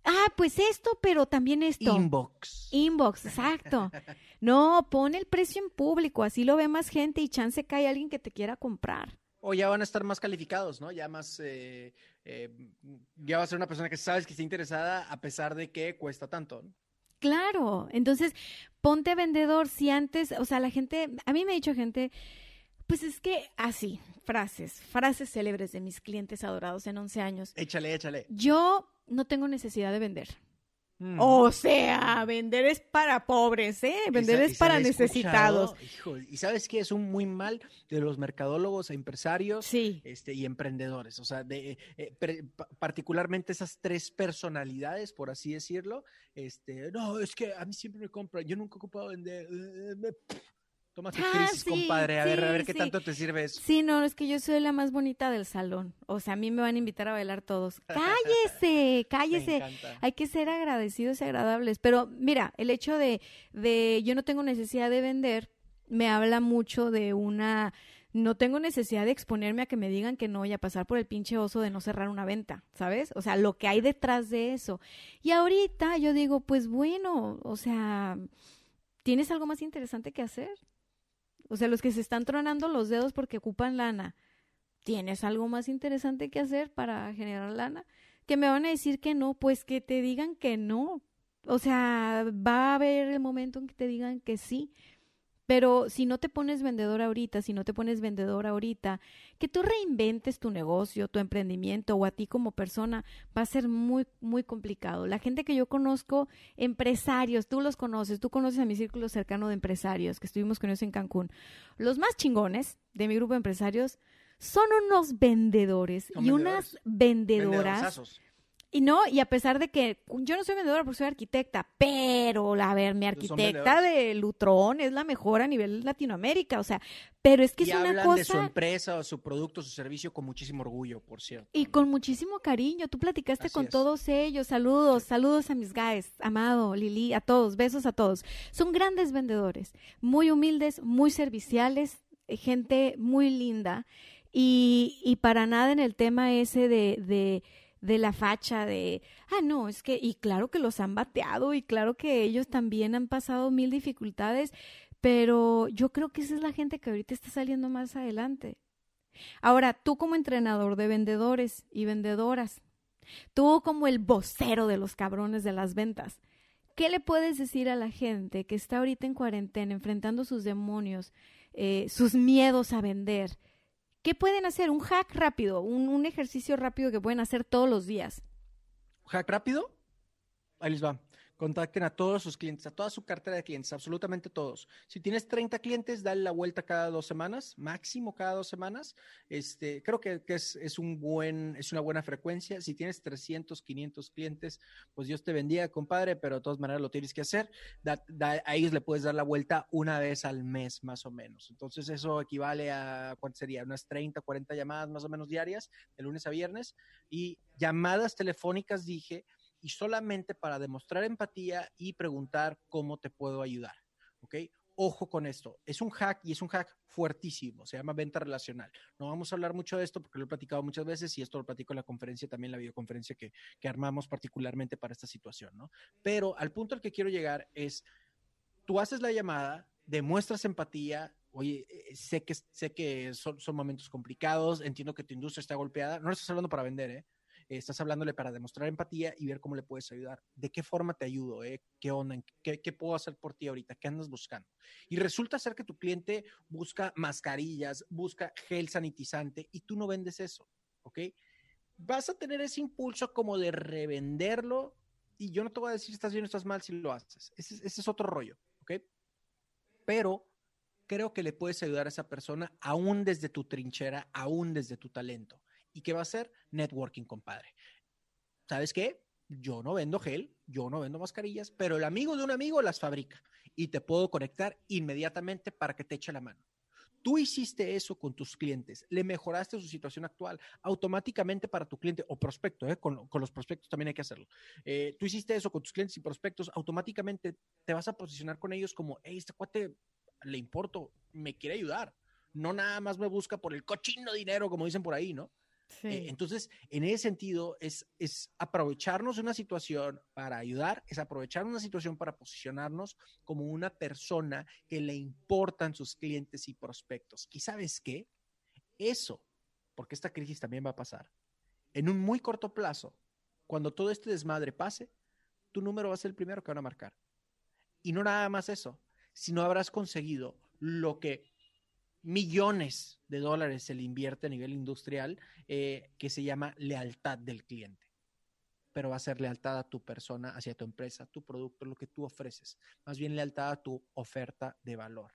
Ah, pues esto, pero también esto. Inbox. Inbox, exacto. No, pon el precio en público, así lo ve más gente y chance cae alguien que te quiera comprar. O ya van a estar más calificados, ¿no? Ya más, eh, eh, ya va a ser una persona que sabes que está interesada a pesar de que cuesta tanto, ¿no? Claro, entonces ponte vendedor. Si antes, o sea, la gente, a mí me ha dicho gente, pues es que así, frases, frases célebres de mis clientes adorados en once años. Échale, échale. Yo no tengo necesidad de vender. Mm. O sea, vender es para pobres, ¿eh? Vender Esa- es esa para la he necesitados. escuchado. Hijo, y sabes que es un muy mal de los mercadólogos e empresarios, Sí. este, y emprendedores. O sea, de, eh, pre- pa- particularmente esas tres personalidades, por así decirlo. Este, no, es que a mí siempre me compran, yo nunca he ocupado vender. eh, me- Toma tu Ah, crisis, sí, compadre. A ver, a sí, ver qué sí. tanto te sirve eso. Sí, no, es que yo soy la más bonita del salón. O sea, a mí me van a invitar a bailar todos. ¡Cállese! Me ¡Cállese! encanta. Hay que ser agradecidos y agradables. Pero mira, el hecho de, de yo no tengo necesidad de vender me habla mucho de una... No tengo necesidad de exponerme a que me digan que no y a pasar por el pinche oso de no cerrar una venta, ¿sabes? O sea, lo que hay detrás de eso. Y ahorita yo digo, pues bueno, o sea, ¿tienes algo más interesante que hacer? O sea, los que se están tronando los dedos porque ocupan lana, ¿tienes algo más interesante que hacer para generar lana? Que me van a decir que no, pues que te digan que no. O sea, va a haber el momento en que te digan que sí. Pero si no te pones vendedor ahorita, si no te pones vendedor ahorita, que tú reinventes tu negocio, tu emprendimiento o a ti como persona, va a ser muy, muy complicado. La gente que yo conozco, empresarios, tú los conoces, tú conoces a mi círculo cercano de empresarios, que estuvimos con ellos en Cancún. Los más chingones de mi grupo de empresarios son unos vendedores Son y vendedores. unas vendedoras. Vendedorzazos. Y no, y a pesar de que yo no soy vendedora porque soy arquitecta, pero a ver, mi Pues son arquitecta vendedores. de Lutrón es la mejor a nivel Latinoamérica, o sea, pero es que Y es una hablan de su cosa empresa, o su producto, su servicio con muchísimo orgullo, por cierto. y ¿no? con muchísimo cariño. Tú platicaste Así con es. todos ellos, saludos, Sí. saludos a mis guys, Amado, Lili, a todos, besos a todos. Son grandes vendedores, muy humildes, muy serviciales, eh, gente muy linda y, y para nada en el tema ese de... de de la facha, de, ah, no, es que, y claro que los han bateado, y claro que ellos también han pasado mil dificultades, pero yo creo que esa es la gente que ahorita está saliendo más adelante. Ahora, tú como entrenador de vendedores y vendedoras, tú como el vocero de los cabrones de las ventas, ¿qué le puedes decir a la gente que está ahorita en cuarentena, enfrentando sus demonios, eh, sus miedos a vender? ¿Qué pueden hacer? Un hack rápido, un, un ejercicio rápido que pueden hacer todos los días. Hack rápido. Ahí les va. Contacten a todos sus clientes, a toda su cartera de clientes, absolutamente todos. Si tienes treinta clientes, dale la vuelta cada dos semanas, máximo cada dos semanas. Este, creo que, que es, es, un buen, es una buena frecuencia. Si tienes trescientos, quinientos clientes, pues Dios te bendiga, compadre, pero de todas maneras lo tienes que hacer. Da, da, a ellos le puedes dar la vuelta una vez al mes, más o menos. Entonces eso equivale a, ¿cuánto sería? Unas treinta, cuarenta llamadas más o menos diarias, de lunes a viernes. Y llamadas telefónicas, dije, y solamente para demostrar empatía y preguntar cómo te puedo ayudar, ¿ok? Ojo con esto, es un hack y es un hack fuertísimo, se llama venta relacional. No vamos a hablar mucho de esto porque lo he platicado muchas veces y esto lo platico en la conferencia, también la videoconferencia que, que armamos particularmente para esta situación, ¿no? Pero al punto al que quiero llegar es, tú haces la llamada, demuestras empatía, oye, sé que, sé que son, son momentos complicados, entiendo que tu industria está golpeada, no estás hablando para vender, ¿eh? Estás hablándole para demostrar empatía y ver cómo le puedes ayudar. ¿De qué forma te ayudo? Eh? ¿Qué onda? ¿Qué, ¿Qué puedo hacer por ti ahorita? ¿Qué andas buscando? Y resulta ser que tu cliente busca mascarillas, busca gel sanitizante y tú no vendes eso, ¿ok? Vas a tener ese impulso como de revenderlo y yo no te voy a decir si estás bien o estás mal si lo haces. Ese, ese es otro rollo, ¿ok? Pero creo que le puedes ayudar a esa persona aún desde tu trinchera, aún desde tu talento. ¿Y qué va a hacer? Networking, compadre. ¿Sabes qué? Yo no vendo gel, yo no vendo mascarillas, pero el amigo de un amigo las fabrica y te puedo conectar inmediatamente para que te eche la mano. Tú hiciste eso con tus clientes, le mejoraste su situación actual automáticamente para tu cliente o prospecto, ¿eh? con, con los prospectos también hay que hacerlo. Eh, tú hiciste eso con tus clientes y prospectos, automáticamente te vas a posicionar con ellos como, hey, este cuate le importo, me quiere ayudar. No nada más me busca por el cochino dinero, como dicen por ahí, ¿no? Sí. Eh, entonces, en ese sentido, es, es aprovecharnos de una situación para ayudar, es aprovechar una situación para posicionarnos como una persona que le importan sus clientes y prospectos. ¿Y sabes qué? Eso, porque esta crisis también va a pasar, en un muy corto plazo, cuando todo este desmadre pase, tu número va a ser el primero que van a marcar. Y no nada más eso, sino habrás conseguido lo que millones de dólares se le invierte a nivel industrial, eh, que se llama lealtad del cliente. Pero va a ser lealtad a tu persona, hacia tu empresa, tu producto, lo que tú ofreces. Más bien lealtad a tu oferta de valor.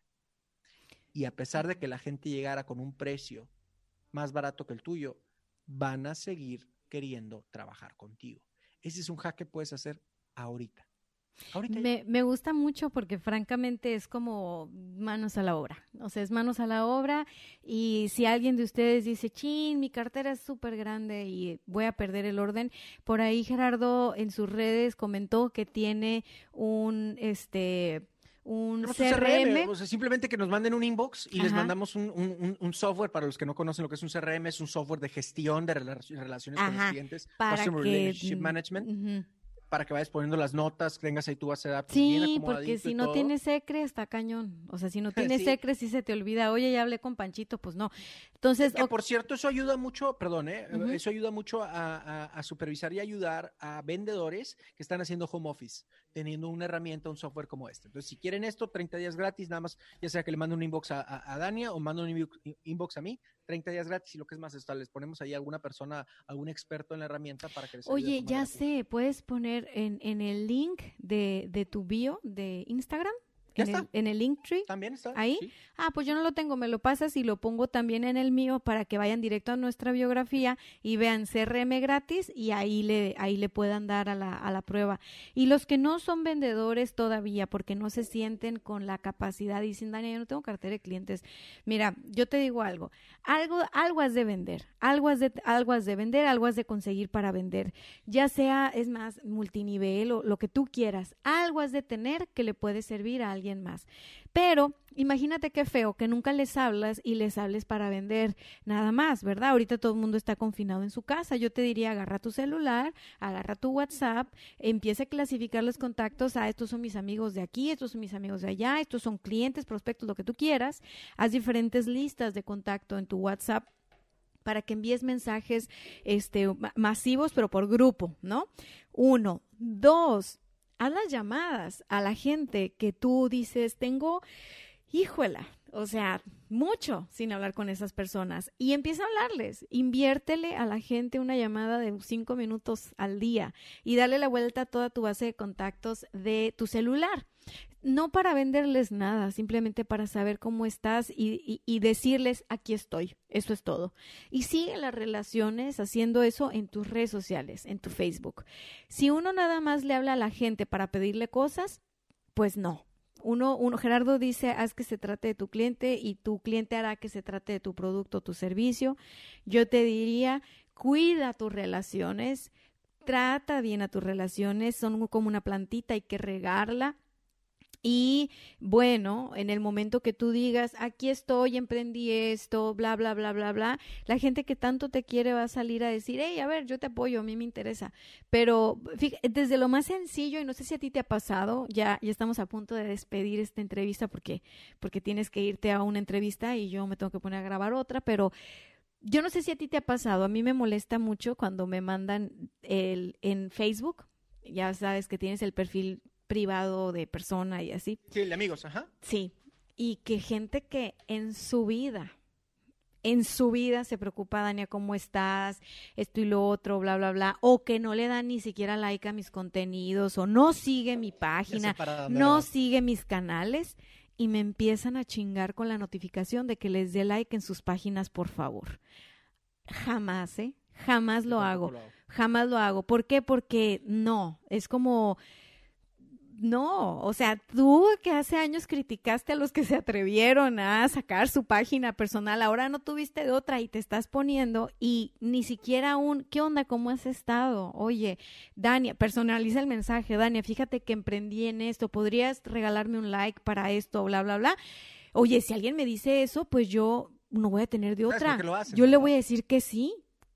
Y a pesar de que la gente llegara con un precio más barato que el tuyo, van a seguir queriendo trabajar contigo. Ese es un hack que puedes hacer ahorita. ahorita Me, me gusta mucho porque francamente es como manos a la obra. O sea, es manos a la obra y si alguien de ustedes dice, chin, mi cartera es súper grande y voy a perder el orden, por ahí Gerardo en sus redes comentó que tiene un, este... un Tenemos C R M. O sea, simplemente que nos manden un inbox y Ajá. les mandamos un, un, un software. Para los que no conocen lo que es un C R M, es un software de gestión de relaciones Ajá, con los clientes, para Customer que, Relationship Management, uh-huh. para que vayas poniendo las notas, tengas ahí tu base de datos sí, bien acomodadito. Porque si y no todo. tienes secre, está cañón. O sea, si no tienes Sí. secre, si se te olvida, oye, ya hablé con Panchito, pues no. Entonces, Que, o- por cierto, eso ayuda mucho, perdón, ¿eh? Ujú. eso ayuda mucho a, a, a supervisar y ayudar a vendedores que están haciendo home office, teniendo una herramienta, un software como este. Entonces, si quieren esto, treinta días gratis, nada más, ya sea que le manden un inbox a, a, a Dania o manden un inbox, inbox a mí, treinta días gratis, y lo que es más, está, les ponemos ahí a alguna persona, algún experto en la herramienta para que les ayude de oye, forma ya gratuita. sé, puedes poner en, en el link de, de tu bio de Instagram, Ya en está. el, en el Linktree. También está. ¿Ahí? Sí. Ah, pues yo no lo tengo, me lo pasas y lo pongo también en el mío para que vayan directo a nuestra biografía y vean C R M gratis y ahí le, ahí le puedan dar a la, a la prueba. Y los que no son vendedores todavía porque no se sienten con la capacidad y dicen, Dania, yo no tengo cartera de clientes. Mira, yo te digo algo, algo, algo has de vender, algo has de, algo has de vender, algo has de conseguir para vender, ya sea, es más, multinivel o lo que tú quieras, algo has de tener que le puede servir a alguien más. Pero imagínate qué feo que nunca les hablas y les hables para vender nada más, ¿verdad? Ahorita todo el mundo está confinado en su casa. Yo te diría, agarra tu celular, agarra tu WhatsApp, empieza a clasificar los contactos. Ah, estos son mis amigos de aquí, estos son mis amigos de allá, estos son clientes, prospectos, lo que tú quieras. Haz diferentes listas de contacto en tu WhatsApp para que envíes mensajes este, masivos, pero por grupo, ¿no? Uno. Dos, haz las llamadas a la gente que tú dices, tengo, híjola, o sea, mucho sin hablar con esas personas y empieza a hablarles, inviértele a la gente una llamada de cinco minutos al día y dale la vuelta a toda tu base de contactos de tu celular. No para venderles nada, simplemente para saber cómo estás y, y, y decirles, aquí estoy, eso es todo. Y sigue las relaciones haciendo eso en tus redes sociales, en tu Facebook. Si uno nada más le habla a la gente para pedirle cosas, pues no. Uno, uno, Gerardo dice, haz que se trate de tu cliente y tu cliente hará que se trate de tu producto o tu servicio. Yo te diría, cuida tus relaciones, trata bien a tus relaciones, son como una plantita, hay que regarla. Y bueno, en el momento que tú digas, aquí estoy, emprendí esto, bla, bla, bla, bla, bla, la gente que tanto te quiere va a salir a decir, hey, a ver, yo te apoyo, a mí me interesa. Pero fíjate, desde lo más sencillo, y no sé si a ti te ha pasado, ya, ya estamos a punto de despedir esta entrevista porque, porque tienes que irte a una entrevista y yo me tengo que poner a grabar otra, pero yo no sé si a ti te ha pasado, a mí me molesta mucho cuando me mandan el, en Facebook, ya sabes que tienes el perfil privado de persona y así. Sí, de amigos, ajá. Sí, y que gente que en su vida, en su vida se preocupa, Dania, ¿cómo estás? Esto y lo otro, bla, bla, bla, o que no le dan ni siquiera like a mis contenidos, o no sigue mi página, no va. sigue mis canales, y me empiezan a chingar con la notificación de que les dé like en sus páginas, por favor. Jamás, ¿eh? Jamás lo hago. lo hago, jamás lo hago. ¿Por qué? Porque no, es como... No, o sea, tú que hace años criticaste a los que se atrevieron a sacar su página personal, ahora no tuviste de otra y te estás poniendo y ni siquiera un, ¿qué onda? ¿Cómo has estado? Oye, Dania, personaliza el mensaje, Dania, fíjate que emprendí en esto, ¿podrías regalarme un like para esto? Bla, bla, bla. Oye, si alguien me dice eso, pues yo no voy a tener de otra. Lo hacen, yo ¿verdad? le voy a decir que sí.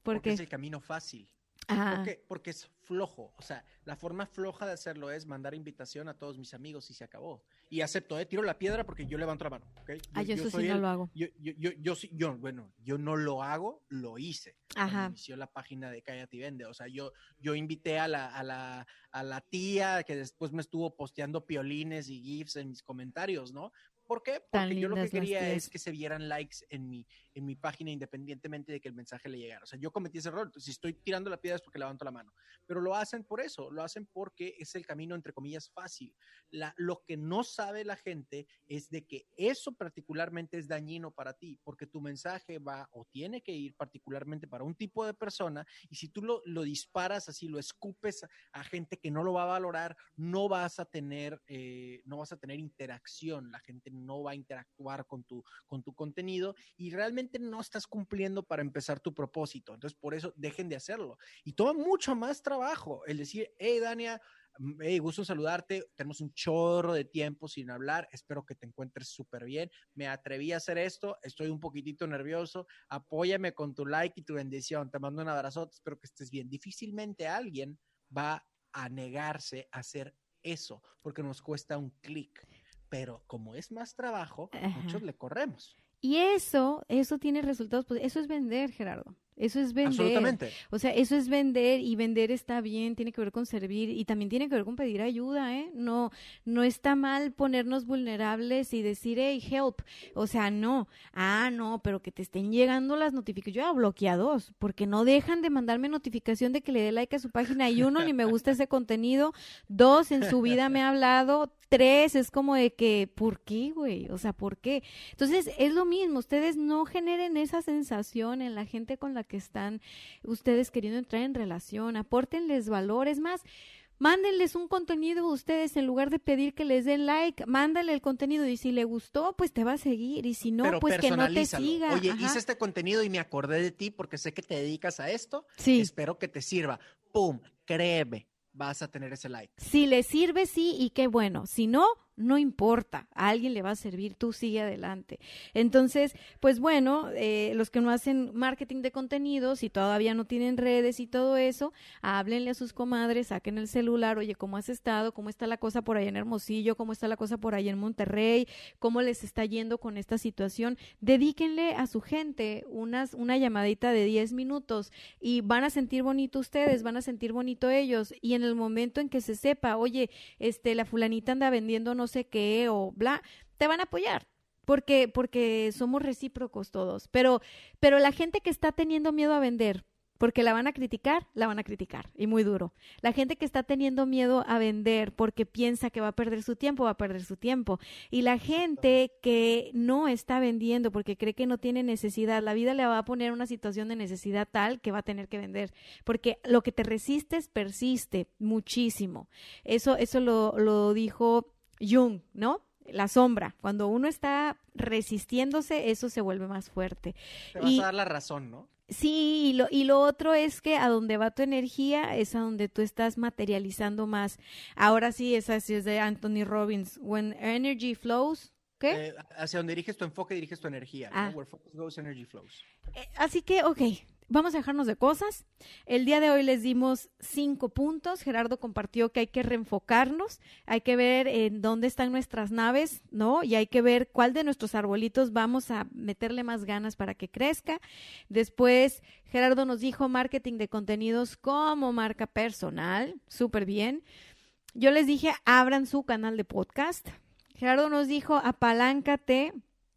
¿Por porque qué? es el camino fácil. Ajá. ¿Por qué? Porque es flojo. O sea, la forma floja de hacerlo es mandar invitación a todos mis amigos y se acabó. Y acepto, ¿eh? Tiro la piedra porque yo levanto la mano, ¿ok? Yo, Ah, yo, yo eso soy sí no el- lo hago. Yo, yo, yo, yo, sí- yo, bueno, yo no lo hago, lo hice. Ajá. Cuando inició la página de Cállate y Vende. O sea, yo, yo invité a la, a, la, a la tía que después me estuvo posteando piolines y gifs en mis comentarios, ¿no? ¿Por qué? Tan Porque yo lo que lindas las quería tías. es que se vieran likes en mi, en mi página independientemente de que el mensaje le llegara. O sea, yo cometí ese error. Si estoy tirando la piedra es porque levanto la mano. Pero lo hacen por eso, lo hacen porque es el camino, entre comillas, fácil. La, lo que no sabe la gente es de que eso particularmente es dañino para ti, porque tu mensaje va o tiene que ir particularmente para un tipo de persona, y si tú lo, lo disparas así, lo escupes a, a gente que no lo va a valorar, no vas a tener, eh, no vas a tener interacción, la gente no va a interactuar con tu, con tu contenido, y realmente no estás cumpliendo para empezar tu propósito. Entonces, por eso dejen de hacerlo. Y toma mucho más trabajo el decir, hey, Dania, hey, gusto en saludarte, tenemos un chorro de tiempo sin hablar, espero que te encuentres súper bien, me atreví a hacer esto, estoy un poquitito nervioso, apóyame con tu like y tu bendición, te mando un abrazote, espero que estés bien. Difícilmente alguien va a negarse a hacer eso, porque nos cuesta un clic, pero como es más trabajo, Ajá. muchos le corremos. Y eso, eso tiene resultados, pues eso es vender, Gerardo. Eso es vender. Absolutamente. O sea, eso es vender, y vender está bien, tiene que ver con servir y también tiene que ver con pedir ayuda, ¿eh? No, no está mal ponernos vulnerables y decir, hey, help. O sea, no. Ah, no, pero que te estén llegando las notificaciones. Yo ya bloqueé a dos, porque no dejan de mandarme notificación de que le dé like a su página. Y uno, ni me gusta ese contenido. Dos, en su vida me ha hablado. Tres, es como de que, ¿por qué, güey? O sea, ¿por qué? Entonces, es lo mismo. Ustedes no generen esa sensación en la gente con la que están ustedes queriendo entrar en relación, apórtenles valores más, mándenles un contenido a ustedes en lugar de pedir que les den like, mándale el contenido y si le gustó, pues te va a seguir y si no, Pero pues que no te personalízalo. siga. Oye, Ajá. hice este contenido y me acordé de ti porque sé que te dedicas a esto, Sí. espero que te sirva. ¡Pum! Créeme, vas a tener ese like. Si le sirve, sí, y qué bueno. Si no, no importa. A alguien le va a servir, tú sigue adelante. Entonces, pues bueno, eh, los que no hacen marketing de contenidos y todavía no tienen redes y todo eso, háblenle a sus comadres, saquen el celular, oye, ¿cómo has estado? ¿Cómo está la cosa por allá en Hermosillo? ¿Cómo está la cosa por allá en Monterrey? ¿Cómo les está yendo con esta situación? Dedíquenle a su gente unas, una llamadita de diez minutos y van a sentir bonito ustedes, van a sentir bonito ellos, y en el momento en que se sepa, oye, este, la fulanita anda vendiendo no sé qué o bla, te van a apoyar. Porque, porque somos recíprocos todos. Pero, pero la gente que está teniendo miedo a vender, porque la van a criticar, la van a criticar, y muy duro. La gente que está teniendo miedo a vender porque piensa que va a perder su tiempo, va a perder su tiempo. Y la gente que no está vendiendo porque cree que no tiene necesidad, la vida le va a poner una situación de necesidad tal que va a tener que vender. Porque lo que te resistes persiste muchísimo. Eso, eso lo, lo dijo Jung, ¿no? La sombra. Cuando uno está resistiéndose, eso se vuelve más fuerte. Te vas Y- a dar la razón, ¿no? Sí, y lo, y lo otro es que a donde va tu energía es a donde tú estás materializando más. Ahora sí, esa sí es de Anthony Robbins. When energy flows, ¿qué? Eh, hacia donde diriges tu enfoque, diriges tu energía, Ah. ¿no? Where focus goes, energy flows. Eh, así que, ok, vamos a dejarnos de cosas. El día de hoy les dimos cinco puntos. Gerardo compartió que hay que reenfocarnos, hay que ver en dónde están nuestras naves, ¿no? Y hay que ver cuál de nuestros arbolitos vamos a meterle más ganas para que crezca. Después, Gerardo nos dijo marketing de contenidos como marca personal, súper bien. Yo les dije, abran su canal de podcast. Gerardo nos dijo, apaláncate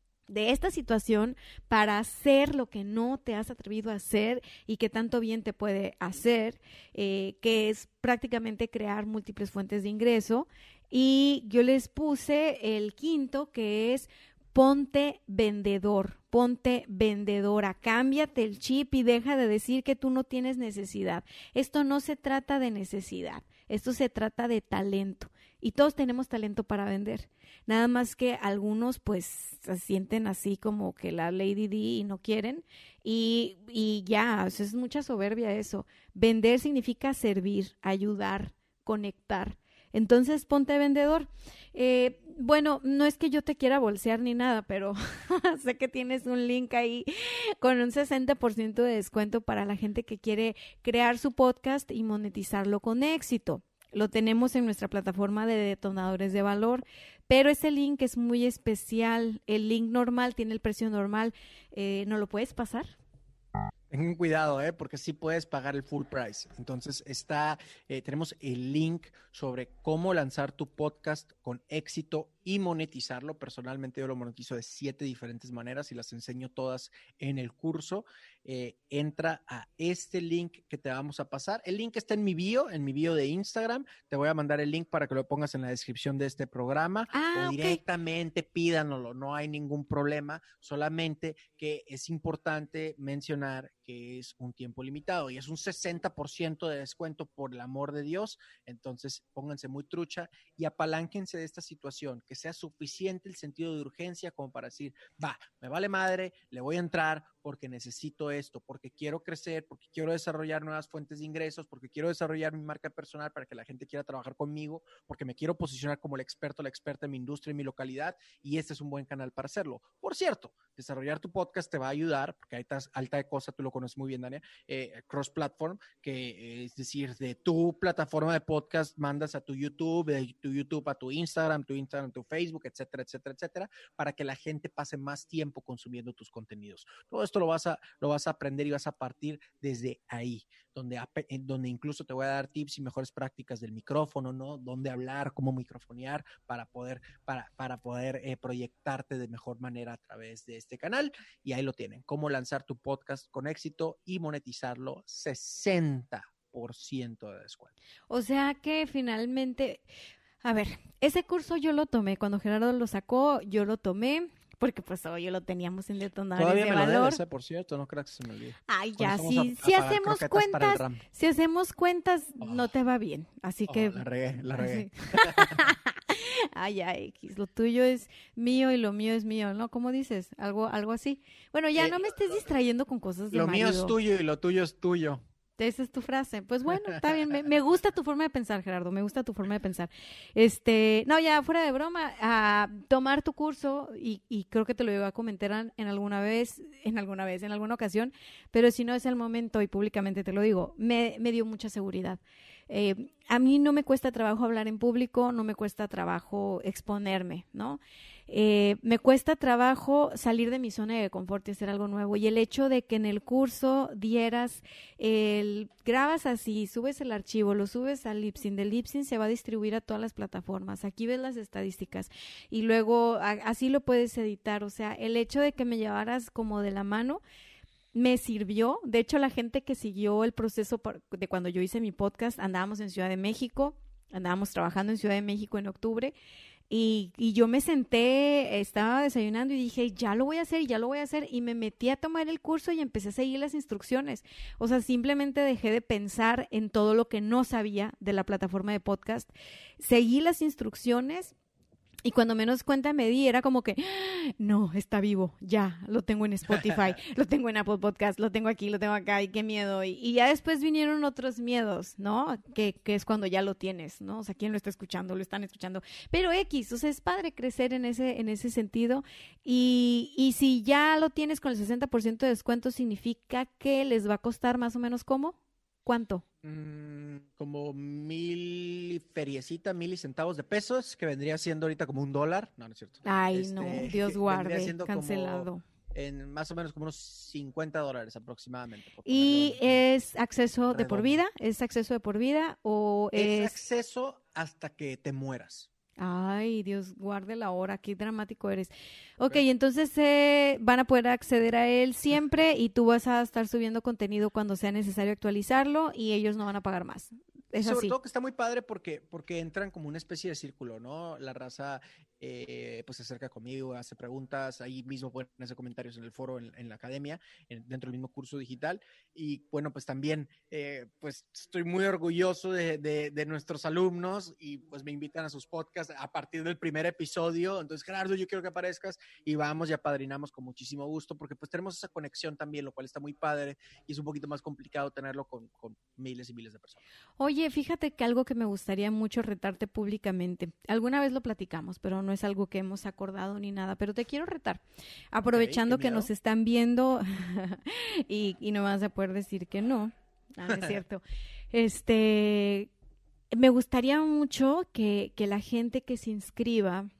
de esta situación para hacer lo que no te has atrevido a hacer y que tanto bien te puede hacer, eh, que es prácticamente crear múltiples fuentes de ingreso. Y yo les puse el quinto, que es ponte vendedor, ponte vendedora, cámbiate el chip y deja de decir que tú no tienes necesidad. Esto no se trata de necesidad, esto se trata de talento. Y todos tenemos talento para vender. Nada más que algunos pues se sienten así como que la Lady D y no quieren. Y, y ya, o sea, es mucha soberbia eso. Vender significa servir, ayudar, conectar. Entonces, ponte vendedor. Eh, bueno, no es que yo te quiera bolsear ni nada, pero sé que tienes un link ahí con un sesenta por ciento de descuento para la gente que quiere crear su podcast y monetizarlo con éxito. Lo tenemos en nuestra plataforma de detonadores de valor, pero ese link es muy especial. El link normal tiene el precio normal. Eh, ¿no lo puedes pasar? Tengan cuidado, ¿eh? Porque sí puedes pagar el full price. Entonces, está, eh, tenemos el link sobre cómo lanzar tu podcast con éxito y monetizarlo. Personalmente yo lo monetizo de siete diferentes maneras y las enseño todas en el curso. Eh, entra a este link que te vamos a pasar. El link está en mi bio, en mi bio de Instagram. Te voy a mandar el link para que lo pongas en la descripción de este programa. Ah, o okay. Directamente pídanoslo, no hay ningún problema. Solamente que es importante mencionar que es un tiempo limitado y es un sesenta por ciento de descuento, por el amor de Dios. Entonces pónganse muy trucha y apalánquense de esta situación, que sea suficiente el sentido de urgencia como para decir, va, me vale madre, le voy a entrar porque necesito esto, porque quiero crecer, porque quiero desarrollar nuevas fuentes de ingresos, porque quiero desarrollar mi marca personal para que la gente quiera trabajar conmigo, porque me quiero posicionar como el experto, la experta en mi industria, en mi localidad, y este es un buen canal para hacerlo. Por cierto, desarrollar tu podcast te va a ayudar, porque ahí estás alta de cosa, tú lo conoces muy bien, Dania, eh, cross-platform, que eh, es decir, de tu plataforma de podcast mandas a tu YouTube, de tu YouTube a tu Instagram, tu Instagram a tu Facebook, etcétera, etcétera, etcétera, para que la gente pase más tiempo consumiendo tus contenidos. Todo esto lo vas a, lo vas a aprender y vas a partir desde ahí, donde, donde incluso te voy a dar tips y mejores prácticas del micrófono, ¿no? Dónde hablar, cómo microfonear para poder, para, para poder eh, proyectarte de mejor manera a través de este canal. Y ahí lo tienen, cómo lanzar tu podcast con éxito y monetizarlo, sesenta por ciento de descuento. O sea que finalmente, a ver, ese curso yo lo tomé, cuando Gerardo lo sacó, yo lo tomé, porque pues hoy lo teníamos en detonadores Todavía de me valor. lo debes, ¿eh? Por cierto, no creas que se me olvide. Ay, ya, si, a, si a hacemos cuentas, si hacemos cuentas, oh, no te va bien, así oh, que... La regué, la regué. Ay, ya, X, lo tuyo es mío y lo mío es mío, ¿no? ¿Cómo dices? Algo, algo así. Bueno, ya eh, no me estés distrayendo con cosas de Lo marido. mío es tuyo y lo tuyo es tuyo. Esa es tu frase. Pues bueno, está bien. Me, me gusta tu forma de pensar, Gerardo. Me gusta tu forma de pensar. Este, no, ya fuera de broma, a tomar tu curso, y, y creo que te lo iba a comentar en, en alguna vez, en alguna vez, en alguna ocasión, pero si no es el momento y públicamente te lo digo, me, me dio mucha seguridad. Eh, a mí no me cuesta trabajo hablar en público, no me cuesta trabajo exponerme, ¿no? Eh, me cuesta trabajo salir de mi zona de confort y hacer algo nuevo. Y el hecho de que en el curso dieras, el, grabas así, subes el archivo, lo subes al Libsyn, del Libsyn se va a distribuir a todas las plataformas. Aquí ves las estadísticas y luego a, así lo puedes editar. O sea, el hecho de que me llevaras como de la mano me sirvió. De hecho, la gente que siguió el proceso de cuando yo hice mi podcast, andábamos en Ciudad de México, andábamos trabajando en Ciudad de México en octubre, y, y yo me senté, estaba desayunando y dije, ya lo voy a hacer, ya lo voy a hacer, y me metí a tomar el curso y empecé a seguir las instrucciones. O sea, simplemente dejé de pensar en todo lo que no sabía de la plataforma de podcast, seguí las instrucciones. Y cuando menos cuenta me di, era como que, no, está vivo, ya, lo tengo en Spotify, lo tengo en Apple Podcast, lo tengo aquí, lo tengo acá, y qué miedo. Y, y ya después vinieron otros miedos, ¿no? Que, que es cuando ya lo tienes, ¿no? O sea, ¿quién lo está escuchando? Lo están escuchando. Pero X, o sea, es padre crecer en ese, en ese sentido. Y, y si ya lo tienes con el sesenta por ciento de descuento, significa que les va a costar más o menos, ¿cómo? ¿Cuánto? Mm, como mil feriecita, mil y centavos de pesos, que vendría siendo ahorita como un dólar. No, no es cierto. Ay, este, no, Dios guarde, cancelado. En más o menos como unos cincuenta dólares aproximadamente. ¿Y es acceso de por vida? ¿Es acceso de por vida o es...? Es acceso hasta que te mueras. Ay, Dios guarde la hora, qué dramático eres. Ok, okay. Entonces eh, van a poder acceder a él siempre y tú vas a estar subiendo contenido cuando sea necesario actualizarlo y ellos no van a pagar más. Es Sobre así. todo que está muy padre porque, porque entran como una especie de círculo, ¿no? La raza eh, pues se acerca conmigo, hace preguntas, ahí mismo pueden hacer comentarios en el foro, en, en la academia, en, dentro del mismo curso digital. Y bueno, pues también, eh, pues estoy muy orgulloso de, de, de nuestros alumnos y pues me invitan a sus podcasts a partir del primer episodio. Entonces, Gerardo, yo quiero que aparezcas y vamos y apadrinamos con muchísimo gusto, porque pues tenemos esa conexión también, lo cual está muy padre y es un poquito más complicado tenerlo con, con miles y miles de personas. Oye, fíjate que algo que me gustaría mucho retarte públicamente, alguna vez lo platicamos, pero no es algo que hemos acordado ni nada, pero te quiero retar, aprovechando okay, que nos están viendo y, y no vas a poder decir que no, no es cierto, este, me gustaría mucho que, que la gente que se inscriba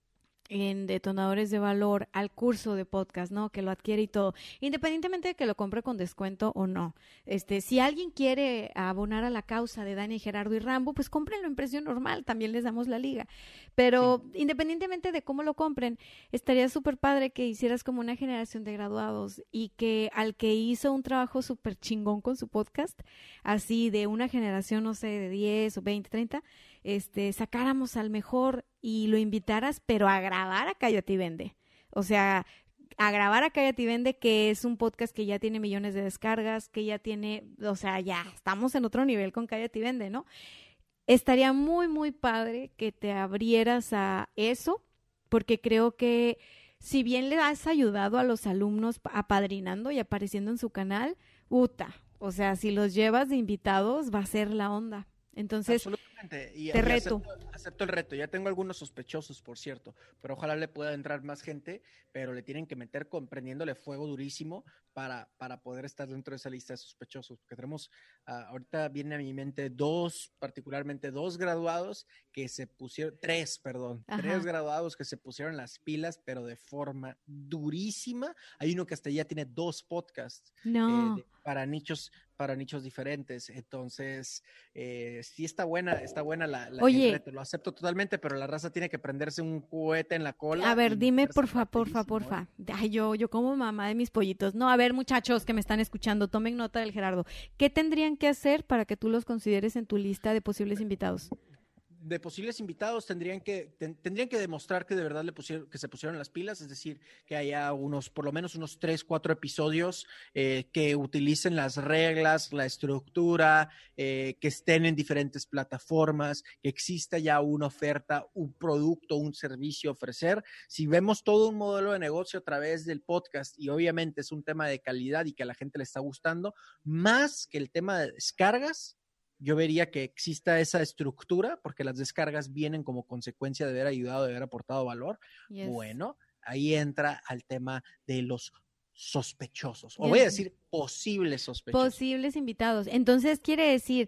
en Detonadores de Valor al curso de podcast, ¿no? Que lo adquiere y todo, independientemente de que lo compre con descuento o no. Este, si alguien quiere abonar a la causa de Dani, Gerardo y Rambo, pues cómprenlo en precio normal, también les damos la liga. Pero sí, independientemente de cómo lo compren, estaría súper padre que hicieras como una generación de graduados y que al que hizo un trabajo súper chingón con su podcast, así de una generación, no sé, de diez o veinte, treinta, este, sacáramos al mejor y lo invitaras, pero a grabar a Cállate y Vende. O sea, a grabar a Cállate y Vende, que es un podcast que ya tiene millones de descargas, que ya tiene, o sea, ya estamos en otro nivel con Cállate y Vende, ¿no? Estaría muy, muy padre que te abrieras a eso, porque creo que si bien le has ayudado a los alumnos apadrinando y apareciendo en su canal, puta, o sea, si los llevas de invitados va a ser la onda. Entonces, absolutamente. Y, te y reto. Acepto, acepto el reto. Ya tengo algunos sospechosos, por cierto, pero ojalá le pueda entrar más gente, pero le tienen que meter con, prendiéndole fuego durísimo para, para poder estar dentro de esa lista de sospechosos. Porque tenemos, uh, ahorita viene a mi mente dos, particularmente dos graduados que se pusieron, tres, perdón, Ajá. tres graduados que se pusieron las pilas, pero de forma durísima. Hay uno que hasta ya tiene dos podcasts no. eh, de, para nichos para nichos diferentes, entonces eh, sí está buena, está buena la, la Oye, el reto, lo acepto totalmente, pero la raza tiene que prenderse un cohete en la cola. A ver, dime porfa, porfa, porfa, ¿eh? Ay, yo, yo como mamá de mis pollitos, no, a ver muchachos que me están escuchando, tomen nota del Gerardo, ¿qué tendrían que hacer para que tú los consideres en tu lista de posibles invitados? De posibles invitados tendrían que ten, tendrían que demostrar que de verdad le pusieron, que se pusieron las pilas, es decir, que haya unos, por lo menos unos tres, cuatro episodios eh, que utilicen las reglas, la estructura, eh, que estén en diferentes plataformas, que exista ya una oferta, un producto, un servicio a ofrecer. Si vemos todo un modelo de negocio a través del podcast y obviamente es un tema de calidad y que a la gente le está gustando, más que el tema de descargas, yo vería que exista esa estructura, porque las descargas vienen como consecuencia de haber ayudado, de haber aportado valor. Yes. Bueno, ahí entra al tema de los sospechosos, o yes. voy a decir posibles sospechosos. Posibles invitados. Entonces, quiere decir,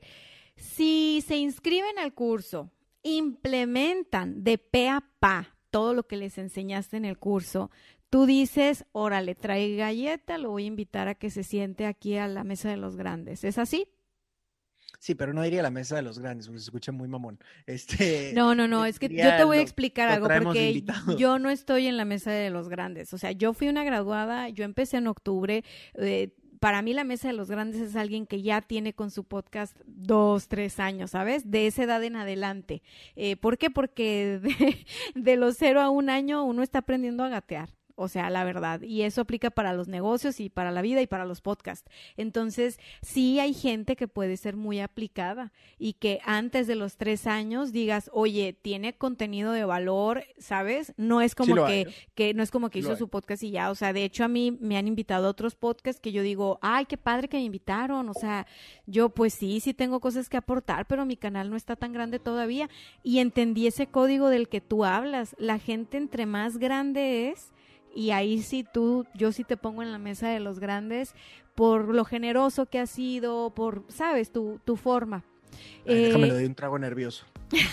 si se inscriben al curso, implementan de pe a pa todo lo que les enseñaste en el curso, tú dices, órale, trae galleta, lo voy a invitar a que se siente aquí a la mesa de los grandes. ¿Es así? Sí, pero no diría la mesa de los grandes, porque se escucha muy mamón. Este, no, no, no, es que yo te voy a explicar lo, algo, lo porque invitado. yo no estoy en la mesa de los grandes. O sea, yo fui una graduada, yo empecé en octubre. Eh, para mí la mesa de los grandes es alguien que ya tiene con su podcast dos, tres años, ¿sabes? De esa edad en adelante. Eh, ¿Por qué? Porque de, de los cero a un año uno está aprendiendo a gatear. O sea, la verdad, y eso aplica para los negocios y para la vida y para los podcasts. Entonces, sí hay gente que puede ser muy aplicada y que antes de los tres años digas, oye, tiene contenido de valor, ¿sabes? No es como sí que, hay, ¿no? que no es como que sí hizo su podcast y ya. O sea, de hecho a mí me han invitado a otros podcasts que yo digo, ay, qué padre que me invitaron. O sea, yo pues sí, sí tengo cosas que aportar, pero mi canal no está tan grande todavía. Y entendí ese código del que tú hablas. La gente entre más grande es, y ahí sí tú, yo sí te pongo en la mesa de los grandes por lo generoso que has sido, por, sabes, tu, tu forma. Ay, eh, déjame le doy un trago nervioso.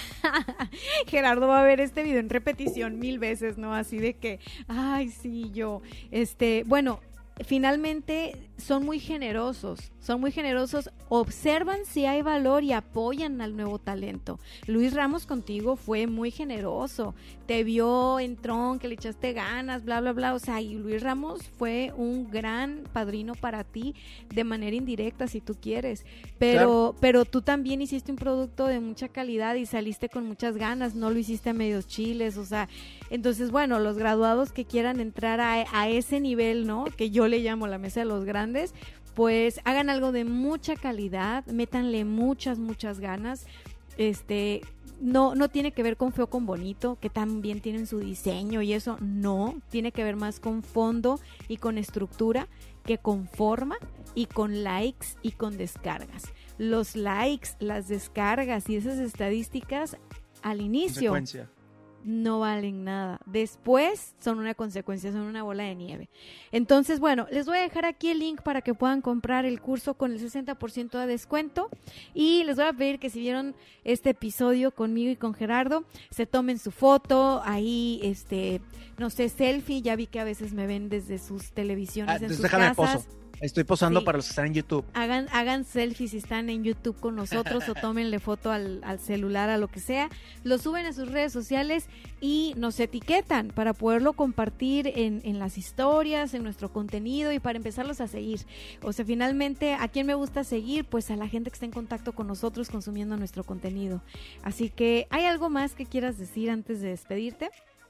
Gerardo va a ver este video en repetición mil veces, ¿no? Así de que, ay, sí, yo, este, bueno, finalmente son muy generosos, son muy generosos, observan si hay valor y apoyan al nuevo talento. Luis Ramos contigo fue muy generoso, te vio en Tron, que le echaste ganas, bla, bla, bla, o sea, y Luis Ramos fue un gran padrino para ti, de manera indirecta, si tú quieres, pero, claro. pero tú también hiciste un producto de mucha calidad y saliste con muchas ganas, no lo hiciste a medios chiles, o sea, entonces, bueno, los graduados que quieran entrar a, a ese nivel, ¿no?, que yo le llamo la mesa de los grandes, pues hagan algo de mucha calidad, métanle muchas, muchas ganas. Este, no, no tiene que ver con feo con bonito, que también tienen su diseño y eso, no, tiene que ver más con fondo y con estructura que con forma y con likes y con descargas. Los likes, las descargas y esas estadísticas al inicio Consecuencia. No valen nada. Después son una consecuencia, son una bola de nieve. Entonces, bueno, les voy a dejar aquí el link para que puedan comprar el curso con el sesenta por ciento de descuento. Y les voy a pedir que si vieron este episodio conmigo y con Gerardo, se tomen su foto, ahí, este, no sé, selfie. Ya vi que a veces me ven desde sus televisiones ah, en sus déjame casas. Pozo. Estoy posando Sí. para los que están en YouTube. Hagan, hagan selfies si están en YouTube con nosotros o tómenle foto al, al celular, a lo que sea. Lo suben a sus redes sociales y nos etiquetan para poderlo compartir en, en las historias, en nuestro contenido y para empezarlos a seguir. O sea, finalmente, ¿a quién me gusta seguir? Pues a la gente que está en contacto con nosotros consumiendo nuestro contenido. Así que, ¿hay algo más que quieras decir antes de despedirte?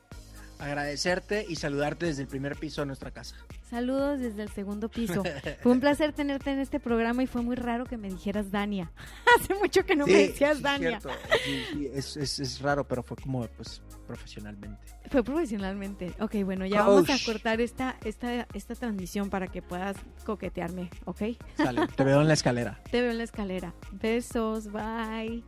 Agradecerte y saludarte desde el primer piso de nuestra casa. Saludos desde el segundo piso. Fue un placer tenerte en este programa y fue muy raro que me dijeras Dania. Hace mucho que no sí, me decías sí, Dania. Es, sí, sí, es, es, es raro, pero fue como pues profesionalmente. Fue profesionalmente. Ok, bueno, ya Coach. vamos a cortar esta, esta, esta transmisión para que puedas coquetearme, ¿ok? Sale, te veo en la escalera. Te veo en la escalera. Besos, bye.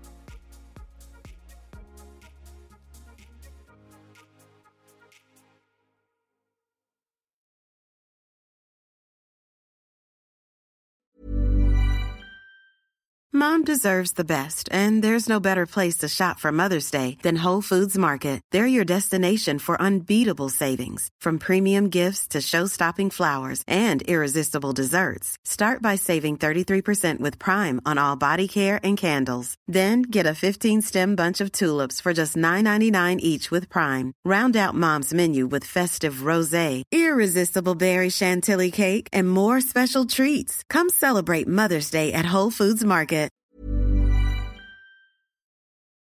Mom deserves the best, and there's no better place to shop for Mother's Day than Whole Foods Market. They're your destination for unbeatable savings, from premium gifts to show-stopping flowers and irresistible desserts. Start by saving thirty-three percent with Prime on all body care and candles. Then get a fifteen-stem bunch of tulips for just nine ninety-nine each with Prime. Round out Mom's menu with festive rosé, irresistible berry chantilly cake, and more special treats. Come celebrate Mother's Day at Whole Foods Market.